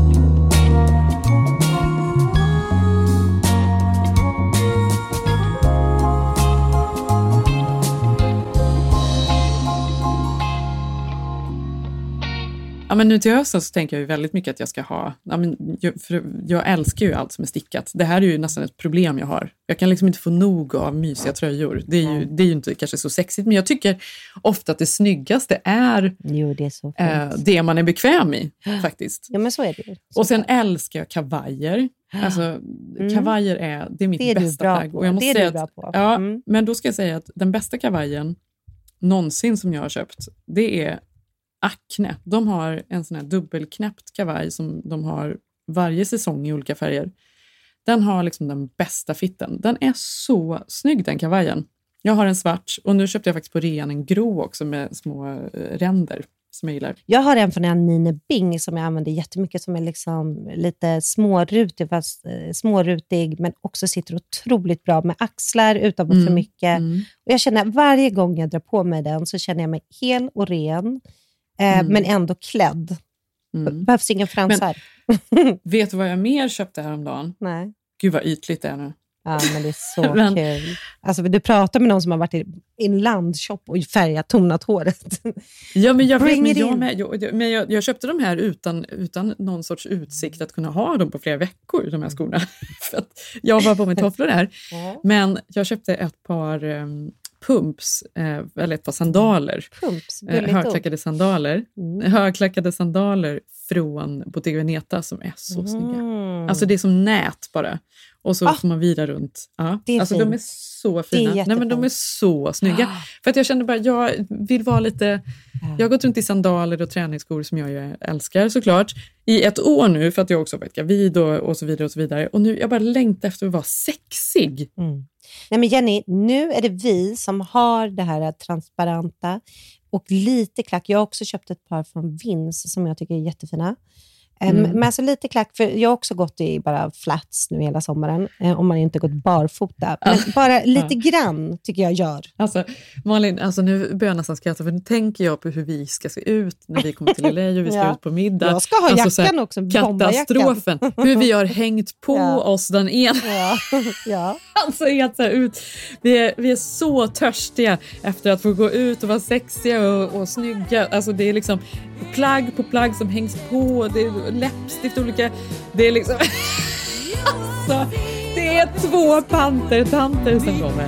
[SPEAKER 5] Ja, men nu till hösten så tänker jag ju väldigt mycket att jag ska ha, ja, men jag, för jag älskar ju allt som är stickat. Det här är ju nästan ett problem jag har. Jag kan liksom inte få nog av mysiga tröjor. Det är ju, det är ju inte kanske så sexigt, men jag tycker ofta att det snyggaste är,
[SPEAKER 6] jo, det, är så
[SPEAKER 5] eh, det man är bekväm i faktiskt.
[SPEAKER 6] Ja, men så är det ju.
[SPEAKER 5] Och sen älskar jag kavajer. Alltså, mm. kavajer är, det är mitt det är bästa plagg. Och jag måste
[SPEAKER 6] det är
[SPEAKER 5] säga
[SPEAKER 6] du bra
[SPEAKER 5] att,
[SPEAKER 6] på.
[SPEAKER 5] Ja,
[SPEAKER 6] mm.
[SPEAKER 5] men då ska jag säga att den bästa kavajen någonsin som jag har köpt, det är Acne. De har en sån här dubbelknäppt kavaj som de har varje säsong i olika färger. Den har liksom den bästa fitten. Den är så snygg, den kavajen. Jag har en svart och nu köpte jag faktiskt på rean en grå också med små ränder som jag gillar.
[SPEAKER 6] Jag har en från en Nine Bing som jag använder jättemycket som är liksom lite smårutig, fast eh, smårutig men också sitter otroligt bra med axlar utan mm. för mycket. Mm. Och jag känner varje gång jag drar på mig den så känner jag mig hel och ren. Mm. Men ändå klädd. Mm. Behövs ingen fransar.
[SPEAKER 5] Men, vet du vad jag mer köpte häromdagen?
[SPEAKER 6] Nej.
[SPEAKER 5] Gud vad ytligt det är nu.
[SPEAKER 6] Ja, men det är så men, kul. Alltså, du pratar med någon som har varit i en landshop och färgat, tonat håret.
[SPEAKER 5] Ja, men jag vet, men jag, med, jag, men jag, jag köpte de här utan, utan någon sorts utsikt att kunna ha dem på flera veckor, de här skorna. För att jag var på min tofflor där. Ja. Men jag köpte ett par um, pumps, eh, eller ett par sandaler.
[SPEAKER 6] Pumps,
[SPEAKER 5] eh, högklackade sandaler. Mm. Högklackade sandaler från Bottega Veneta som är så mm. snygga. Alltså det är som nät bara. Och så ah, får man vira runt. Ja.
[SPEAKER 6] Det är
[SPEAKER 5] alltså
[SPEAKER 6] fint.
[SPEAKER 5] De är så fina.
[SPEAKER 6] Är
[SPEAKER 5] Nej, men de är så snygga. Ah. För att jag kände bara, jag vill vara lite... Jag har gått runt i sandaler och träningsskor som jag ju älskar såklart. I ett år nu, för att jag också har varit gravid och, och så vidare och så vidare. Och nu, jag bara längtar efter att vara sexig.
[SPEAKER 6] Mm. Nej men Jenny, nu är det vi som har det här transparenta och lite klack. Jag har också köpt ett par från Vince som jag tycker är jättefina. Mm. Men alltså lite klack, för jag har också gått i bara flats nu hela sommaren, eh, om man inte gått barfota. Men bara lite ja. grann tycker jag gör.
[SPEAKER 5] Alltså Malin, alltså nu börjar jag nästan skratta, för nu tänker jag på hur vi ska se ut när vi kommer till L A och vi ska ja. ut på middag.
[SPEAKER 6] Jag ska ha
[SPEAKER 5] alltså,
[SPEAKER 6] jackan också,
[SPEAKER 5] katastrofen. Hur vi har hängt på ja. oss den ena.
[SPEAKER 6] Ja. Ja.
[SPEAKER 5] Alltså helt så här ut. Vi är, vi är så törstiga efter att få gå ut och vara sexiga och, och snygga. Alltså det är liksom plagg på plagg som hängs på. Det är läppstift olika. Det är liksom... alltså, det är två pantertanter som kommer.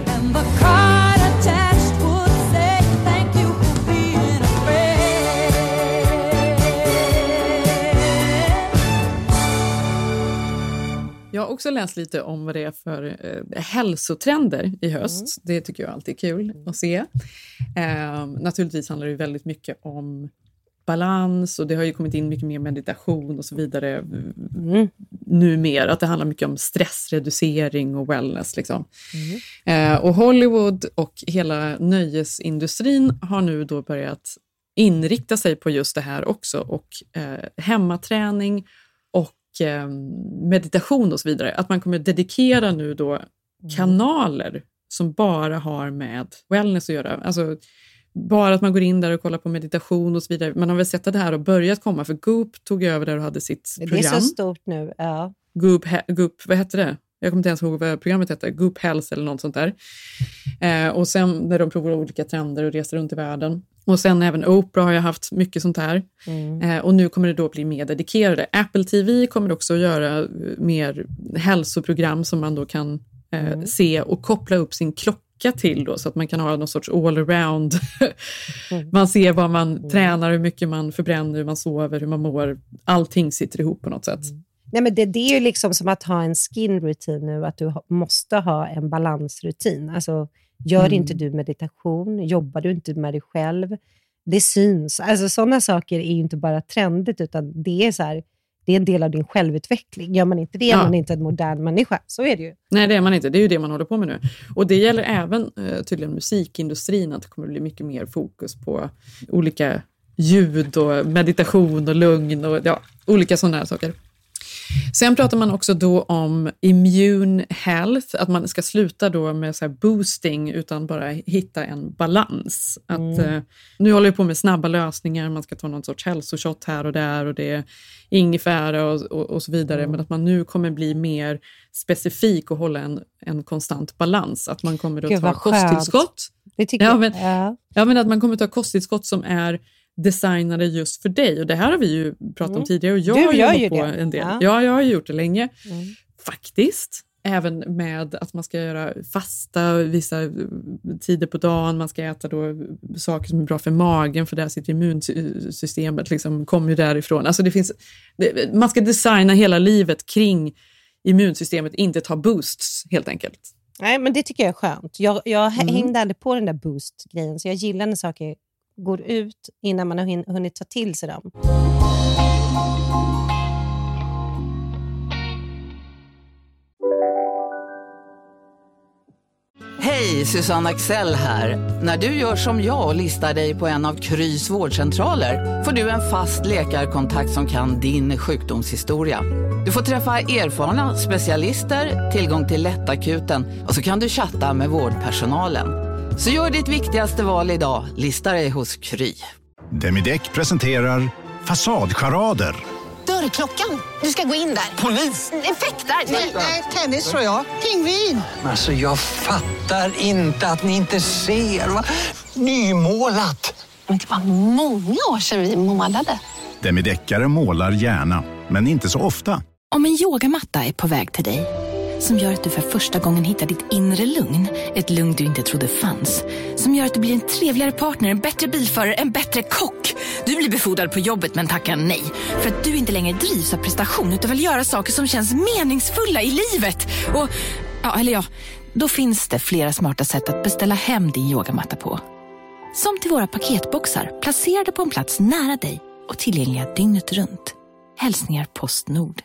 [SPEAKER 5] Jag har också läst lite om vad det är för eh, hälsotrender i höst. Mm. Det tycker jag alltid är kul att se. Eh, naturligtvis handlar det väldigt mycket om balans, och det har ju kommit in mycket mer meditation och så vidare mm. numera. Att det handlar mycket om stressreducering och wellness. Liksom. Mm. Eh, och Hollywood och hela nöjesindustrin har nu då börjat inrikta sig på just det här också. Och eh, hemmaträning och meditation och så vidare. Att man kommer dedikera nu då kanaler som bara har med wellness att göra. Alltså bara att man går in där och kollar på meditation och så vidare. Man har väl sett att det här har börjat komma, för Goop tog över där och hade sitt program.
[SPEAKER 6] Det är så stort nu, ja.
[SPEAKER 5] Goop, Goop, vad hette det? Jag kommer inte ens ihåg vad programmet hette. Goop Health eller något sånt där. Eh, och sen när de provar olika trender och reser runt i världen. Och sen även Oprah har jag haft mycket sånt här. Mm. Eh, och nu kommer det då bli mer dedikerade. Apple T V kommer också att göra mer hälsoprogram som man då kan eh, mm. se och koppla upp sin klocka till då, så att man kan ha någon sorts all-around. mm. Man ser vad man mm. tränar, hur mycket man förbränner, hur man sover, hur man mår. Allting sitter ihop på något sätt.
[SPEAKER 6] Mm. Nej, men det, det är ju liksom som att ha en skin routine nu, att du ha, måste ha en balansrutin. Alltså, gör mm. inte du meditation, jobbar du inte med dig själv, det syns. Alltså sådana saker är ju inte bara trendigt, utan det är så här, det är en del av din självutveckling. Gör man inte det, ja. är man inte en modern människa. Så är det ju.
[SPEAKER 5] Nej, det är man inte. Det är ju det man håller på med nu. Och det gäller även eh, tydligen musikindustrin, att det kommer bli mycket mer fokus på olika ljud och meditation och lugn och ja, olika sådana här saker. Sen pratar man också då om immune health, att man ska sluta då med så här boosting utan bara hitta en balans. Att, mm. eh, nu håller jag på med snabba lösningar, man ska ta någon sorts hälsoshot här och där och det är ingefära och, och, och så vidare. Mm. Men att man nu kommer bli mer specifik och hålla en, en konstant balans. Att man kommer att
[SPEAKER 6] Gud,
[SPEAKER 5] ta kosttillskott.
[SPEAKER 6] Det tycker
[SPEAKER 5] ja, men,
[SPEAKER 6] jag.
[SPEAKER 5] Ja, men att man kommer att ta kosttillskott som är designade just för dig. Och det här har vi ju pratat mm. om tidigare. Och jag
[SPEAKER 6] du
[SPEAKER 5] har
[SPEAKER 6] gör
[SPEAKER 5] jobbat
[SPEAKER 6] ju
[SPEAKER 5] på
[SPEAKER 6] det.
[SPEAKER 5] en del.
[SPEAKER 6] Ja.
[SPEAKER 5] ja, jag har gjort det länge.
[SPEAKER 6] Mm.
[SPEAKER 5] Faktiskt. Även med att man ska göra fasta vissa tider på dagen. Man ska äta då saker som är bra för magen. För där sitter immunsystemet liksom, kommer ju därifrån. Alltså det finns, det, man ska designa hela livet kring immunsystemet. Inte ta boosts helt enkelt.
[SPEAKER 6] Nej, men det tycker jag är skönt. Jag, jag
[SPEAKER 5] Mm.
[SPEAKER 6] hängde aldrig på den där boost-grejen. Så jag gillar när saker går ut innan man har hin- hunnit ta till sig dem.
[SPEAKER 12] Hej, Susanne Axel här. När du gör som jag och listar dig på en av Krys vårdcentraler får du en fast läkarkontakt som kan din sjukdomshistoria. Du får träffa erfarna specialister, tillgång till lättakuten och så kan du chatta med vårdpersonalen. Så gör ditt viktigaste val idag, lista dig hos Kry.
[SPEAKER 13] Demideck presenterar Fasadcharader.
[SPEAKER 14] Dörrklockan. Du ska gå in där. Polis? Effektar? Nej, tennis tror jag. Pingvin.
[SPEAKER 15] Alltså jag fattar inte att ni inte ser. Va? Nymålat.
[SPEAKER 14] Men det var många år sedan vi målade.
[SPEAKER 13] Demideckare målar gärna, men inte så ofta.
[SPEAKER 16] Om en yogamatta är på väg till dig, som gör att du för första gången hittar ditt inre lugn, ett lugn du inte trodde fanns, som gör att du blir en trevligare partner, en bättre bilförare, en bättre kock. Du blir befordrad på jobbet men tackar nej, för att du inte längre drivs av prestation utan vill göra saker som känns meningsfulla i livet. Och, ja, eller ja, då finns det flera smarta sätt att beställa hem din yogamatta på. Som till våra paketboxar, placerade på en plats nära dig och tillgängliga dygnet runt. Hälsningar Postnord.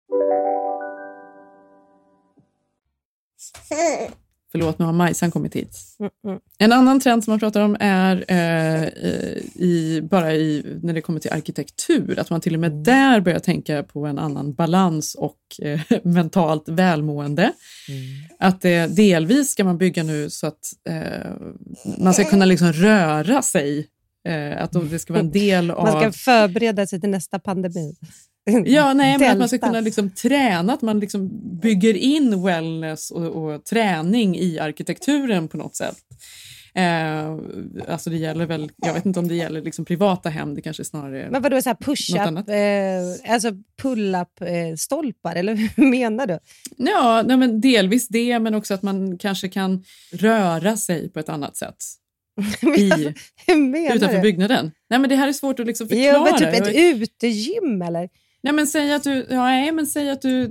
[SPEAKER 5] Förlåt, nu har Majsan kommit hit.
[SPEAKER 6] Mm, mm.
[SPEAKER 5] En annan trend som man pratar om är eh, i, bara i, när det kommer till arkitektur. Att man till och med där börjar tänka på en annan balans och eh, mentalt välmående. Mm. Att eh, delvis ska man bygga nu så att eh, man ska kunna liksom röra sig. Eh, att det ska vara en del av...
[SPEAKER 6] Man ska förbereda sig till nästa pandemi.
[SPEAKER 5] Ja, nej, men att man ska kunna liksom träna, att man liksom bygger in wellness och, och träning i arkitekturen på något sätt. Eh, alltså det gäller väl, jag vet inte om det gäller liksom privata hem, det kanske snarare...
[SPEAKER 6] Men vadå, så här push-up, eh, alltså pull-up eh, stolpar, eller hur menar du?
[SPEAKER 5] Ja, nej, men delvis det, men också att man kanske kan röra sig på ett annat sätt. I, utanför
[SPEAKER 6] du?
[SPEAKER 5] byggnaden. Nej, men det här är svårt att liksom förklara.
[SPEAKER 6] Ja, men typ ett utegym eller?
[SPEAKER 5] Nej, men säg att du, ja, nej, men säg att du,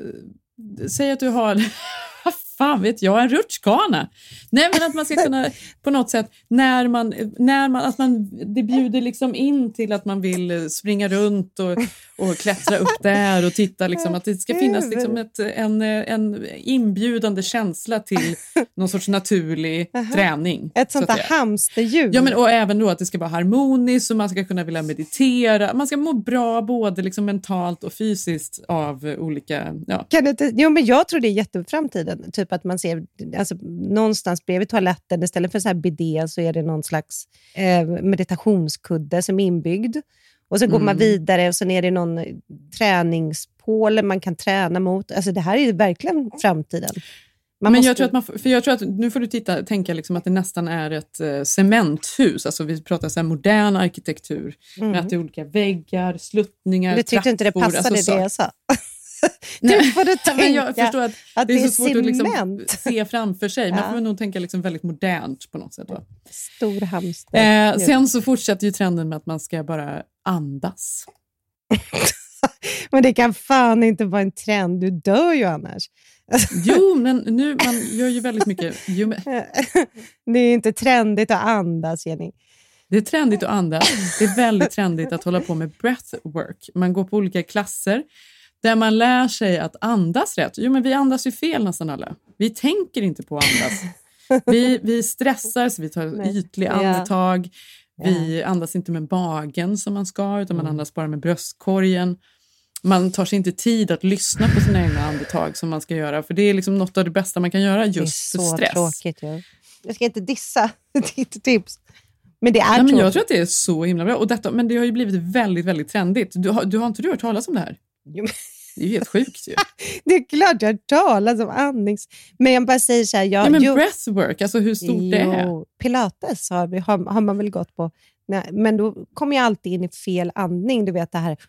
[SPEAKER 5] säg att du har, vad fan vet jag, en rutschkana. Nej, men att man ska kunna på något sätt, när man, när man, att man, det bjuder liksom in till att man vill springa runt och, och klättra upp där och titta liksom, att det ska finnas liksom ett, en, en inbjudande känsla till någon sorts naturlig
[SPEAKER 6] Aha.
[SPEAKER 5] träning.
[SPEAKER 6] Ett sånt där hamsterhjul.
[SPEAKER 5] Ja, men och även då att det ska vara harmoniskt och man ska kunna vilja meditera. Man ska må bra både liksom mentalt och fysiskt av olika... Ja.
[SPEAKER 6] Kan du inte, jo, men jag tror det är jätteframtiden. Typ att man ser alltså, någonstans bredvid toaletten istället för så här bidé så är det någon slags eh, meditationskudde som är inbyggd. Och så mm. går man vidare och så är det någon träningspål man kan träna mot. Alltså det här är ju verkligen framtiden. Man
[SPEAKER 5] men
[SPEAKER 6] måste...
[SPEAKER 5] jag tror att man, för jag tror att nu får du titta, tänka liksom att det nästan är ett uh, cementhus. Alltså vi pratar så här modern arkitektur. Mm. Med att det är olika väggar, sluttningar,
[SPEAKER 6] du tyckte
[SPEAKER 5] trappor.
[SPEAKER 6] Inte det passade
[SPEAKER 5] alltså,
[SPEAKER 6] det jag sa? Nu får du tänka
[SPEAKER 5] men jag förstår att,
[SPEAKER 6] att
[SPEAKER 5] det är,
[SPEAKER 6] det är
[SPEAKER 5] så svårt
[SPEAKER 6] cement.
[SPEAKER 5] att liksom se framför sig. Man
[SPEAKER 6] ja.
[SPEAKER 5] får nog tänka liksom väldigt modernt på något sätt. Va?
[SPEAKER 6] Stor hamster.
[SPEAKER 5] Eh, sen så fortsätter ju trenden med att man ska bara andas.
[SPEAKER 6] Men det kan fan inte vara en trend. Du dör ju annars.
[SPEAKER 5] Jo, men nu man gör ju väldigt mycket. Jo, men...
[SPEAKER 6] Det är inte trendigt att andas, Jenny.
[SPEAKER 5] Det är trendigt att andas. Det är väldigt trendigt att hålla på med breathwork. Man går på olika klasser där man lär sig att andas rätt. Jo, men vi andas ju fel nästan alla. Vi tänker inte på att andas. Vi, vi stressar så vi tar
[SPEAKER 6] Nej.
[SPEAKER 5] ytliga
[SPEAKER 6] ja.
[SPEAKER 5] andetag. Vi
[SPEAKER 6] Ja.
[SPEAKER 5] andas inte med magen som man ska, utan man andas bara med bröstkorgen. Man tar sig inte tid att lyssna på sina egna andetag som man ska göra. För det är liksom något av det bästa man kan göra just för stress.
[SPEAKER 6] Det är så tråkigt ju. Jag ska inte dissa ditt tips. Men det är
[SPEAKER 5] Nej,
[SPEAKER 6] tråkigt.
[SPEAKER 5] men jag tror att det är så himla bra. Och detta, men det har ju blivit väldigt, väldigt trendigt. Du har, du har inte du hört talas om det här?
[SPEAKER 6] Jo, men...
[SPEAKER 5] Det är ju helt sjukt ju.
[SPEAKER 6] Det är klart jag talar om andnings... Men jag bara säger så här... Jag,
[SPEAKER 5] ja, men
[SPEAKER 6] jo,
[SPEAKER 5] breathwork, alltså hur stort
[SPEAKER 6] jo,
[SPEAKER 5] det är.
[SPEAKER 6] Pilates har, har, har man väl gått på. Nej, men då kommer jag alltid in i fel andning. Du vet det här...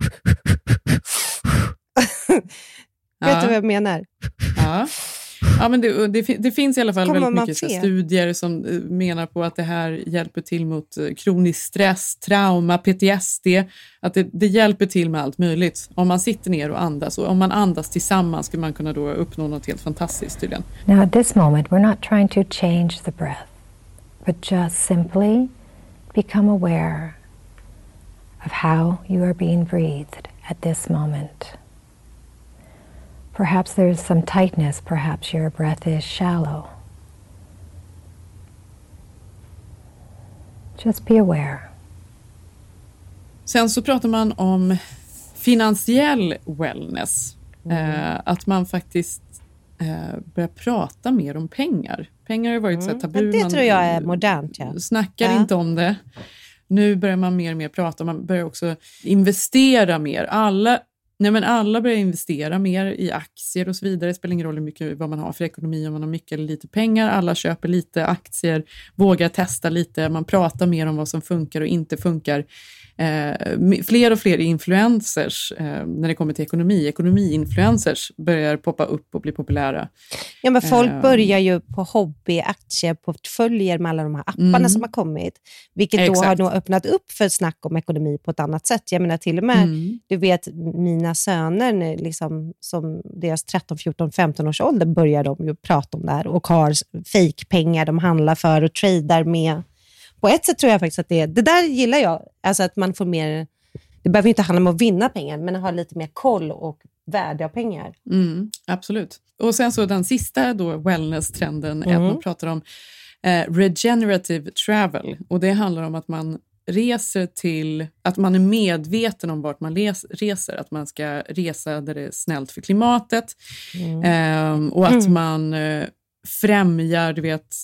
[SPEAKER 5] Ja.
[SPEAKER 6] Vet du vad jag menar?
[SPEAKER 5] Ja. Ja, men det, det, det finns i alla fall
[SPEAKER 6] Kommer
[SPEAKER 5] väldigt
[SPEAKER 6] man
[SPEAKER 5] mycket så
[SPEAKER 6] fel?
[SPEAKER 5] här studier som eh, menar på att det här hjälper till mot eh, kronisk stress, trauma, P T S D. Att det, det hjälper till med allt möjligt. Om man sitter ner och andas. Och om man andas tillsammans skulle man kunna då uppnå något helt fantastiskt tydligen.
[SPEAKER 17] Now at this moment we're not trying to change the breath, but just simply become aware of how you are being breathed at this moment. Perhaps there's some tightness, perhaps your breath is shallow. Just be aware.
[SPEAKER 5] Sen så pratar man om finansiell wellness.
[SPEAKER 6] Mm.
[SPEAKER 5] Eh, att man faktiskt eh, börjar prata mer om pengar. Pengar har ju varit
[SPEAKER 6] Mm.
[SPEAKER 5] så tabu.
[SPEAKER 6] Men det
[SPEAKER 5] man,
[SPEAKER 6] tror jag är modernt. Ja.
[SPEAKER 5] Snackar
[SPEAKER 6] Ja.
[SPEAKER 5] inte om det. Nu börjar man mer och mer prata. Man börjar också investera mer. Alla, nej men alla börjar investera mer i aktier och så vidare. Det spelar ingen roll hur mycket, vad man har för ekonomi. Om man har mycket eller lite pengar. Alla köper lite aktier. Vågar testa lite. Man pratar mer om vad som funkar och inte funkar. Eh, fler och fler influencers eh, när det kommer till ekonomi. Ekonomi-influencers börjar poppa upp och bli populära.
[SPEAKER 6] Ja, men folk
[SPEAKER 5] Eh,
[SPEAKER 6] börjar ju på hobbyaktieportföljer med alla de här apparna
[SPEAKER 5] Mm.
[SPEAKER 6] som har kommit. Vilket då
[SPEAKER 5] Exakt.
[SPEAKER 6] har nog öppnat upp för snack om ekonomi på ett annat sätt. Jag menar till och med,
[SPEAKER 5] Mm.
[SPEAKER 6] du vet, mina söner, när liksom, som deras tretton, fjorton, femton års ålder börjar de ju prata om det här och har fejkpengar de handlar för och tradar med. På ett sätt tror jag faktiskt att det är, det där gillar jag. Alltså att man får mer, det behöver ju inte handla om att vinna pengar, men att ha lite mer koll och värde av pengar.
[SPEAKER 5] Mm, absolut. Och sen så den sista då wellness-trenden är
[SPEAKER 6] Mm.
[SPEAKER 5] att man pratar om eh, regenerative travel. Och det handlar om att man reser till, att man är medveten om vart man les, reser. Att man ska resa där det är snällt för klimatet.
[SPEAKER 6] Mm.
[SPEAKER 5] Ehm, och att
[SPEAKER 6] Mm.
[SPEAKER 5] man eh, främjar, du vet,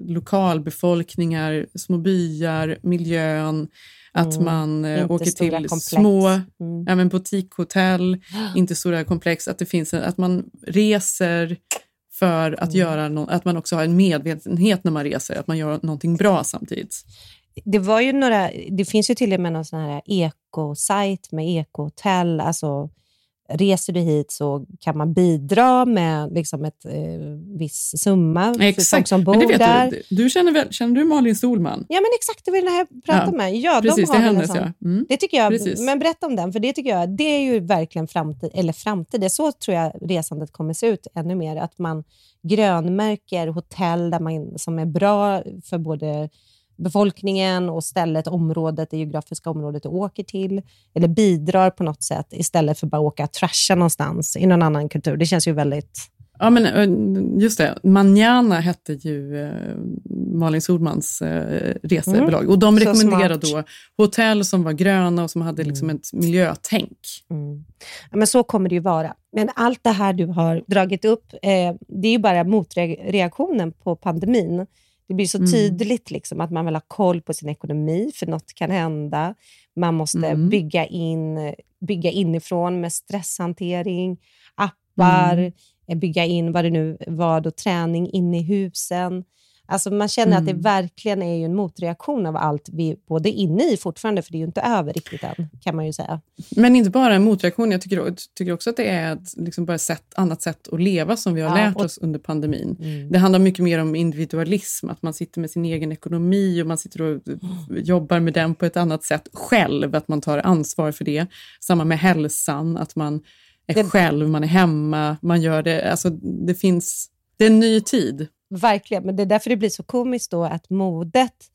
[SPEAKER 5] lokalbefolkningar, små byar, miljön. Att
[SPEAKER 6] Mm.
[SPEAKER 5] man eh,
[SPEAKER 6] Inte
[SPEAKER 5] åker
[SPEAKER 6] stora
[SPEAKER 5] till
[SPEAKER 6] komplex.
[SPEAKER 5] små
[SPEAKER 6] Mm.
[SPEAKER 5] ja, men boutiquehotell, inte stora komplex. Att det finns en, att man reser för att
[SPEAKER 6] Mm.
[SPEAKER 5] göra no, att man också har en medvetenhet när man reser, att man gör någonting bra samtidigt.
[SPEAKER 6] Det var ju några, det finns ju till och med någon sån här ekosajt med ekohotell, alltså reser du hit så kan man bidra med liksom ett eh, viss summa för
[SPEAKER 5] Exakt.
[SPEAKER 6] folk som bor
[SPEAKER 5] Men det vet
[SPEAKER 6] där.
[SPEAKER 5] Du, du känner väl, känner du Malin Solman?
[SPEAKER 6] Ja, men exakt, det var den här jag pratade
[SPEAKER 5] Ja,
[SPEAKER 6] med. Ja,
[SPEAKER 5] precis,
[SPEAKER 6] de
[SPEAKER 5] det
[SPEAKER 6] har
[SPEAKER 5] är
[SPEAKER 6] väl en
[SPEAKER 5] hennes,
[SPEAKER 6] sån.
[SPEAKER 5] ja. Mm.
[SPEAKER 6] Det tycker jag,
[SPEAKER 5] Precis.
[SPEAKER 6] men berätta om den, för det tycker jag, det är ju verkligen framtid, eller framtid, det är så tror jag resandet kommer se ut ännu mer, att man grönmärker hotell där man, som är bra för både befolkningen och stället, området, det geografiska området du åker till, eller bidrar på något sätt istället för bara åka och trasha någonstans i någon annan kultur. Det känns ju väldigt...
[SPEAKER 5] Ja, men eh, just det. Manjana hette ju eh, Malin Solmans eh, resebolag.
[SPEAKER 6] Mm.
[SPEAKER 5] Och de
[SPEAKER 6] Så
[SPEAKER 5] rekommenderade
[SPEAKER 6] smart.
[SPEAKER 5] då hotell som var gröna och som hade liksom ett miljötänk.
[SPEAKER 6] Mm. Ja, men så kommer det ju vara. Men allt det här du har dragit upp, eh, det är ju bara motreaktionen på pandemin. Det blir så
[SPEAKER 5] Mm.
[SPEAKER 6] tydligt liksom, att man vill ha koll på sin ekonomi, för något kan hända. Man måste
[SPEAKER 5] Mm.
[SPEAKER 6] bygga, in, bygga inifrån med stresshantering, appar,
[SPEAKER 5] Mm.
[SPEAKER 6] eh, bygga in vad det nu var då, träning in i husen. Alltså man känner att det
[SPEAKER 5] Mm.
[SPEAKER 6] verkligen är ju en motreaktion av allt vi både är inne i fortfarande, för det är ju inte över riktigt än, kan man ju säga.
[SPEAKER 5] Men inte bara en motreaktion. Jag tycker, tycker också att det är ett liksom bara ett sätt, annat sätt att leva som vi har
[SPEAKER 6] Ja,
[SPEAKER 5] lärt
[SPEAKER 6] och-
[SPEAKER 5] oss under pandemin.
[SPEAKER 6] Mm.
[SPEAKER 5] Det handlar mycket mer om individualism. Att man sitter med sin egen ekonomi och man sitter och jobbar med den på ett annat sätt själv. Att man tar ansvar för det. Samma med hälsan. Att man är
[SPEAKER 6] Det-
[SPEAKER 5] själv, man är hemma. Man gör det. Alltså det finns... Det är en ny tid.
[SPEAKER 6] Verkligen, men det är därför det blir så komiskt då att modet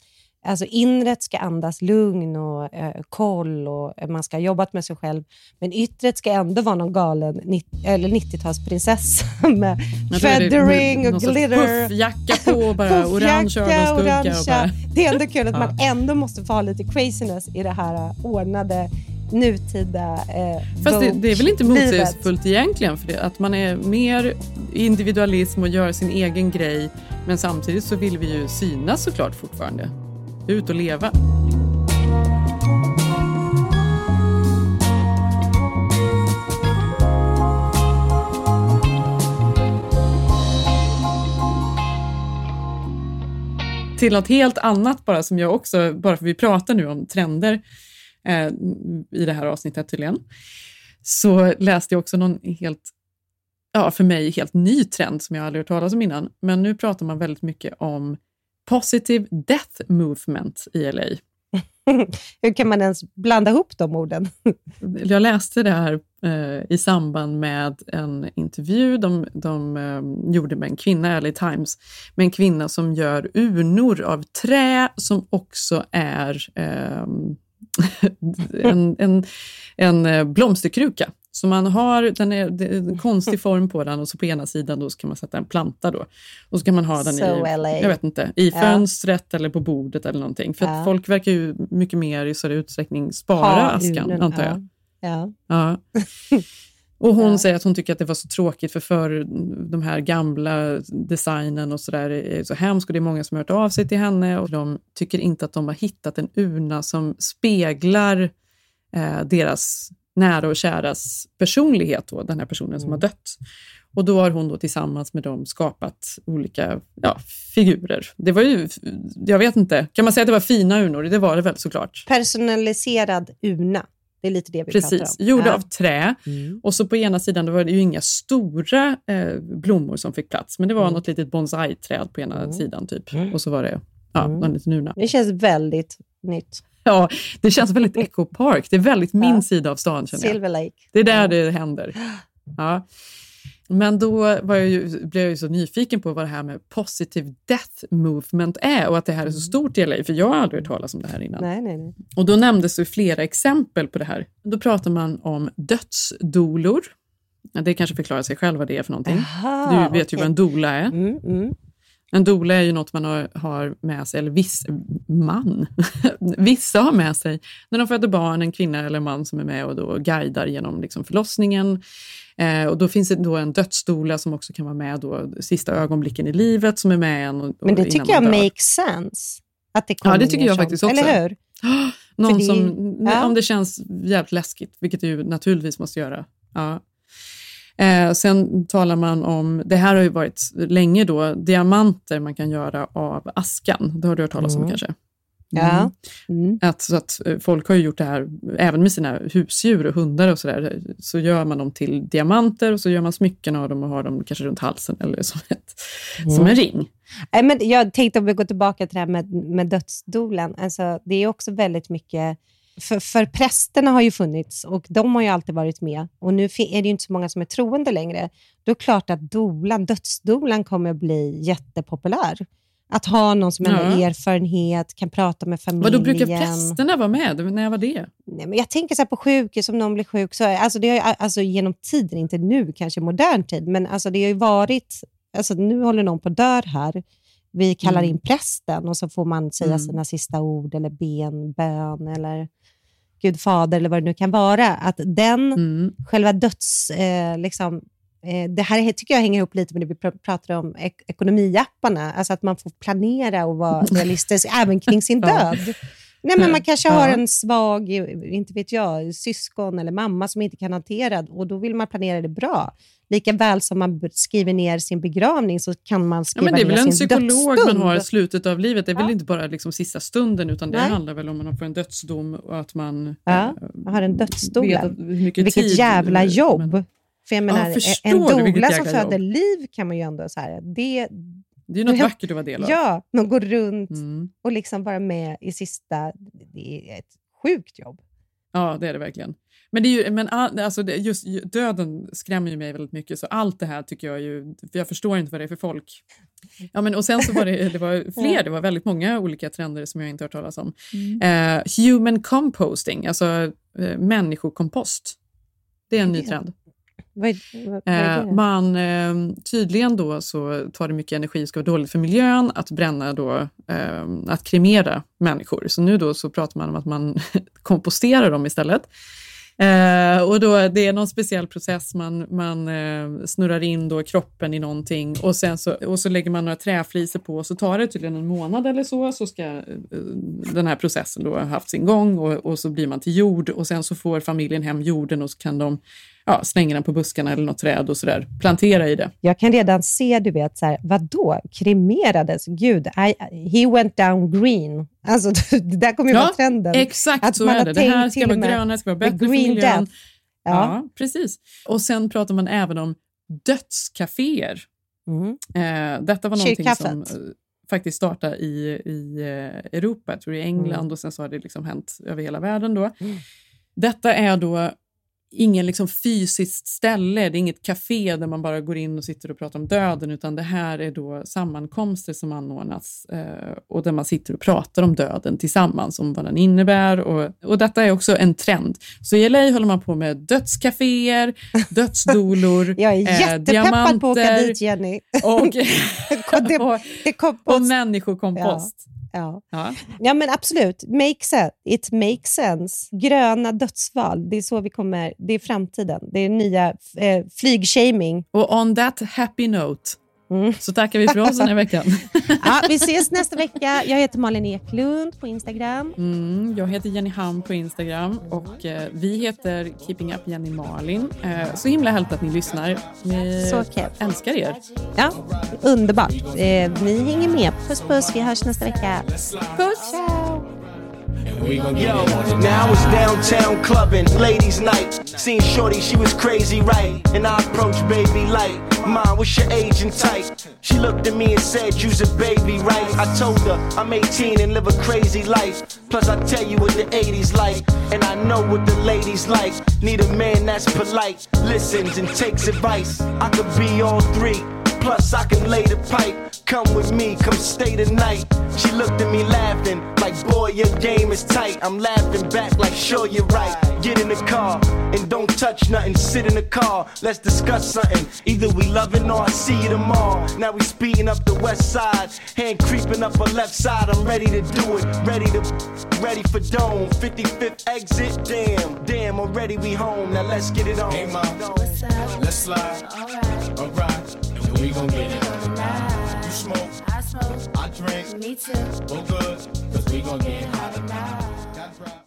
[SPEAKER 6] Alltså inret ska andas lugn och eh, koll och man ska ha jobbat med sig själv. Men yttret ska ändå vara någon galen nitt- eller nittiotalsprinsessa med feathering och glitter.
[SPEAKER 5] Puffjacka på bara, orange ögonskugga. Och bara.
[SPEAKER 6] Det är ändå kul att man ändå måste få ha lite craziness i det här ordnade nutida eh,
[SPEAKER 5] Fast det, det är väl inte motsägelsefullt egentligen för det, att man är mer individualism och gör sin egen grej, men samtidigt så vill vi ju synas såklart fortfarande. Ut och leva. Till något helt annat bara som jag också, bara för vi pratar nu om trender eh, i det här avsnittet tydligen, så läste jag också någon helt, ja för mig helt ny trend som jag aldrig hört talas om innan. Men nu pratar man väldigt mycket om Positive Death Movement i L A.
[SPEAKER 6] Hur kan man ens blanda ihop de orden?
[SPEAKER 5] Jag läste det här eh, i samband med en intervju de, de eh, gjorde med en kvinna, L A Times, med en kvinna som gör urnor av trä som också är eh, en, en, en blomsterkruka. Så man har den är, det är en konstig form på den och så på ena sidan då ska man sätta en planta då. Och så kan man ha den
[SPEAKER 6] so
[SPEAKER 5] i,
[SPEAKER 6] L A.
[SPEAKER 5] jag vet inte, i
[SPEAKER 6] ja.
[SPEAKER 5] fönstret eller på bordet eller någonting. För
[SPEAKER 6] ja.
[SPEAKER 5] att folk verkar ju mycket mer i större utsträckning spara ha, askan, unen, antar jag.
[SPEAKER 6] Ja.
[SPEAKER 5] ja. Och hon
[SPEAKER 6] ja.
[SPEAKER 5] säger att hon tycker att det var så tråkigt för, för de här gamla designen och sådär är så hemskt. Och det är många som har hört av sig till henne och de tycker inte att de har hittat en urna som speglar eh, deras nära och käras personlighet då, den här personen mm. som har dött. Och då har hon då tillsammans med dem skapat olika ja, figurer. Det var ju, jag vet inte, kan man säga att det var fina urnor? Det var det väl såklart.
[SPEAKER 6] Personaliserad urna, det är lite det vi
[SPEAKER 5] Precis,
[SPEAKER 6] pratar om.
[SPEAKER 5] Precis, gjorda
[SPEAKER 6] ja.
[SPEAKER 5] av trä. Mm. Och så på ena sidan då var det ju inga stora eh, blommor som fick plats. Men det var mm. något litet bonsai-träd på ena mm. sidan typ. Mm. Och så var det ja, mm. en liten urna.
[SPEAKER 6] Det känns väldigt nytt.
[SPEAKER 5] Ja, det känns väldigt Echo Park. Det är väldigt min ja. sida av stan, känner jag.
[SPEAKER 6] Silver Lake.
[SPEAKER 5] Det är där ja. det händer. Ja. Men då var jag ju, blev jag ju så nyfiken på vad det här med Positive Death Movement är och att det här är så stort i L A, för jag har aldrig hört talas om det här innan.
[SPEAKER 6] Nej, nej, nej.
[SPEAKER 5] Och då nämndes det flera exempel på det här. Då pratar man om dödsdolor. Ja, det kanske förklarar sig själv vad det är för någonting. Aha, du vet okay. ju vad en doula är.
[SPEAKER 6] Mm, mm.
[SPEAKER 5] En doula är ju något man har, har med sig, eller viss man, vissa har med sig när de föder barn, en kvinna eller en man som är med och då guidar genom liksom förlossningen. Eh, och då finns det då en dödsdoula som också kan vara med då sista ögonblicken i livet som är med en. Och, och
[SPEAKER 6] men det tycker jag makes sense. Att det
[SPEAKER 5] ja, det tycker jag faktiskt också.
[SPEAKER 6] Eller hur?
[SPEAKER 5] Någon
[SPEAKER 6] det,
[SPEAKER 5] som,
[SPEAKER 6] ja.
[SPEAKER 5] om det känns jävligt läskigt, vilket det ju naturligtvis måste göra. Ja. Eh, sen talar man om, det här har ju varit länge då, diamanter man kan göra av askan. Det har du hört talas om
[SPEAKER 6] mm.
[SPEAKER 5] kanske? Mm.
[SPEAKER 6] Ja. Mm.
[SPEAKER 5] Att, så att folk har ju gjort det här även med sina husdjur och hundar och sådär. Så gör man dem till diamanter och så gör man smycken av dem och har dem kanske runt halsen eller som, ett, mm. som en ring.
[SPEAKER 6] Nej, men jag tänkte om vi går tillbaka till det här med, med dödsdolen. Alltså, det är också väldigt mycket. För, för prästerna har ju funnits och de har ju alltid varit med. Och nu är det ju inte så många som är troende längre. Då är det klart att dolan, dödsdolan kommer att bli jättepopulär. Att ha någon som har ja. erfarenhet, kan prata med familjen.
[SPEAKER 5] Vad då brukar prästerna vara med? När var det?
[SPEAKER 6] Nej, men jag tänker så här på sjukhus, om någon blir sjuk. Så, alltså det har ju, alltså genom tiden, inte nu kanske modern tid. Men alltså det har ju varit, alltså nu håller någon på dör här. Vi kallar mm. in prästen och så får man säga mm. sina sista ord eller ben, bön eller Gud fader eller vad det nu kan vara. Att den mm. själva döds, eh, liksom, eh, det här tycker jag hänger ihop lite med det vi pr- pratar om ek- ekonomiapparna. Alltså att man får planera och vara realistisk även kring sin död. Nej, men man kanske har en svag, inte vet jag, syskon eller mamma som inte kan hantera och då vill man planera det bra. Lika väl som man skriver ner sin begravning så kan man skriva ner sin dödsstund.
[SPEAKER 5] Ja, men det är väl en psykolog man har i slutet av livet. Det är ja. väl inte bara liksom sista stunden utan det Nej. handlar väl om att man får en dödsdom och att man...
[SPEAKER 6] Ja, man har en dödsdom. Vilket
[SPEAKER 5] tid,
[SPEAKER 6] jävla jobb. Men, för jag menar,
[SPEAKER 5] ja,
[SPEAKER 6] en doula som föder jobb. liv kan man ju ändå så här, det...
[SPEAKER 5] Det är ju något vackert att vara del av.
[SPEAKER 6] Ja, man går runt mm. och liksom vara med i sista... Det är ett sjukt jobb.
[SPEAKER 5] Ja, det är det verkligen. Men, det är ju, men alltså, det, just döden skrämmer ju mig väldigt mycket. Så allt det här tycker jag ju... För jag förstår inte vad det är för folk. Ja, men, och sen så var det, det var fler. Det var väldigt många olika trender som jag inte har hört talas om. Mm. Eh, human composting. Alltså eh, människokompost. Det är en ny trend.
[SPEAKER 6] Vad, vad, vad är det?
[SPEAKER 5] Eh, man, eh, tydligen då så tar det mycket energi, ska vara dåligt för miljön att bränna då, eh, att kremera människor. Så nu då så pratar man om att man komposterar dem istället. Eh, och då det är någon speciell process, man, man eh, snurrar in då kroppen i någonting och sen så, och så lägger man några träfliser på och så tar det tydligen en månad eller så så ska eh, den här processen då ha haft sin gång och, och så blir man till jord och sen så får familjen hem jorden och så kan de ja, slänga den på buskarna eller något träd och sådär, plantera i det.
[SPEAKER 6] Jag kan redan se, du vet, så här, vadå? Kremerades? Gud, I, he went down green. Alltså, det där kommer ju
[SPEAKER 5] ja,
[SPEAKER 6] vara trenden.
[SPEAKER 5] Exakt
[SPEAKER 6] att
[SPEAKER 5] så
[SPEAKER 6] man
[SPEAKER 5] är det. Det här ska vara gröna, det ska vara bättre för miljön.
[SPEAKER 6] Death. Ja.
[SPEAKER 5] ja, precis. Och sen pratar man även om dödscaféer. Mm. Eh, detta var någonting
[SPEAKER 6] Kyrkaffet.
[SPEAKER 5] som eh, faktiskt startade i, i eh, Europa, jag tror i England mm. och sen så har det liksom hänt över hela världen då. Mm. Detta är då ingen liksom fysiskt ställe, det är inget café där man bara går in och sitter och pratar om döden, utan det här är då sammankomster som anordnas eh, och där man sitter och pratar om döden tillsammans, om vad den innebär och, och detta är också en trend. Så i L A håller man på med dödscaféer, dödsdolor,
[SPEAKER 6] jag är jättepeppad
[SPEAKER 5] eh,
[SPEAKER 6] på att åka dit, Jenny.
[SPEAKER 5] Och,
[SPEAKER 6] det,
[SPEAKER 5] och,
[SPEAKER 6] det
[SPEAKER 5] och människokompost.
[SPEAKER 6] Ja. Ja.
[SPEAKER 5] Ja.
[SPEAKER 6] ja, men absolut. Makes sense. It makes sense. Gröna dödsval, det är så vi kommer, det är framtiden. Det är nya eh, flygshaming.
[SPEAKER 5] Och on that happy note mm. så tackar vi för oss den här veckan.
[SPEAKER 6] Ja, vi ses nästa vecka. Jag heter Malin Eklund på Instagram.
[SPEAKER 5] Mm, jag heter Jenny Ham på Instagram och eh, vi heter Keeping Up Jenny Malin. Eh, så himla härligt att ni lyssnar. Vi
[SPEAKER 6] så kul.
[SPEAKER 5] Älskar er.
[SPEAKER 6] Ja, underbart. Eh, ni hänger med. Puss puss, vi hörs nästa vecka. Puss, ciao!
[SPEAKER 18] Yo, now I was downtown clubbing, ladies' night. Seen shorty, she was crazy, right? And I approached baby like, Mom, what's your age and type? She looked at me and said, you's a baby, right? I told her, I'm eighteen and live a crazy life. Plus I tell you what the eighties like, and I know what the ladies like. Need a man that's polite, listens and takes advice. I could be all three, plus I can lay the pipe. Come with me, come stay the night. She looked at me laughing, like, boy, your game is tight. I'm laughing back like, sure, you're right. Get in the car, and don't touch nothing. Sit in the car, let's discuss something. Either we loving or I see you tomorrow. Now we speeding up the west side, hand creeping up her left side. I'm ready to do it, ready to, ready for dome. fifty-fifth exit, damn, damn, already we home. Now let's get it on. Hey, Mom, what's up? Let's slide, alright, alright, and we gon' get it on tonight. You smoke, I smoke, I drink, me too. Well, good, cause we gon' get hot tonight.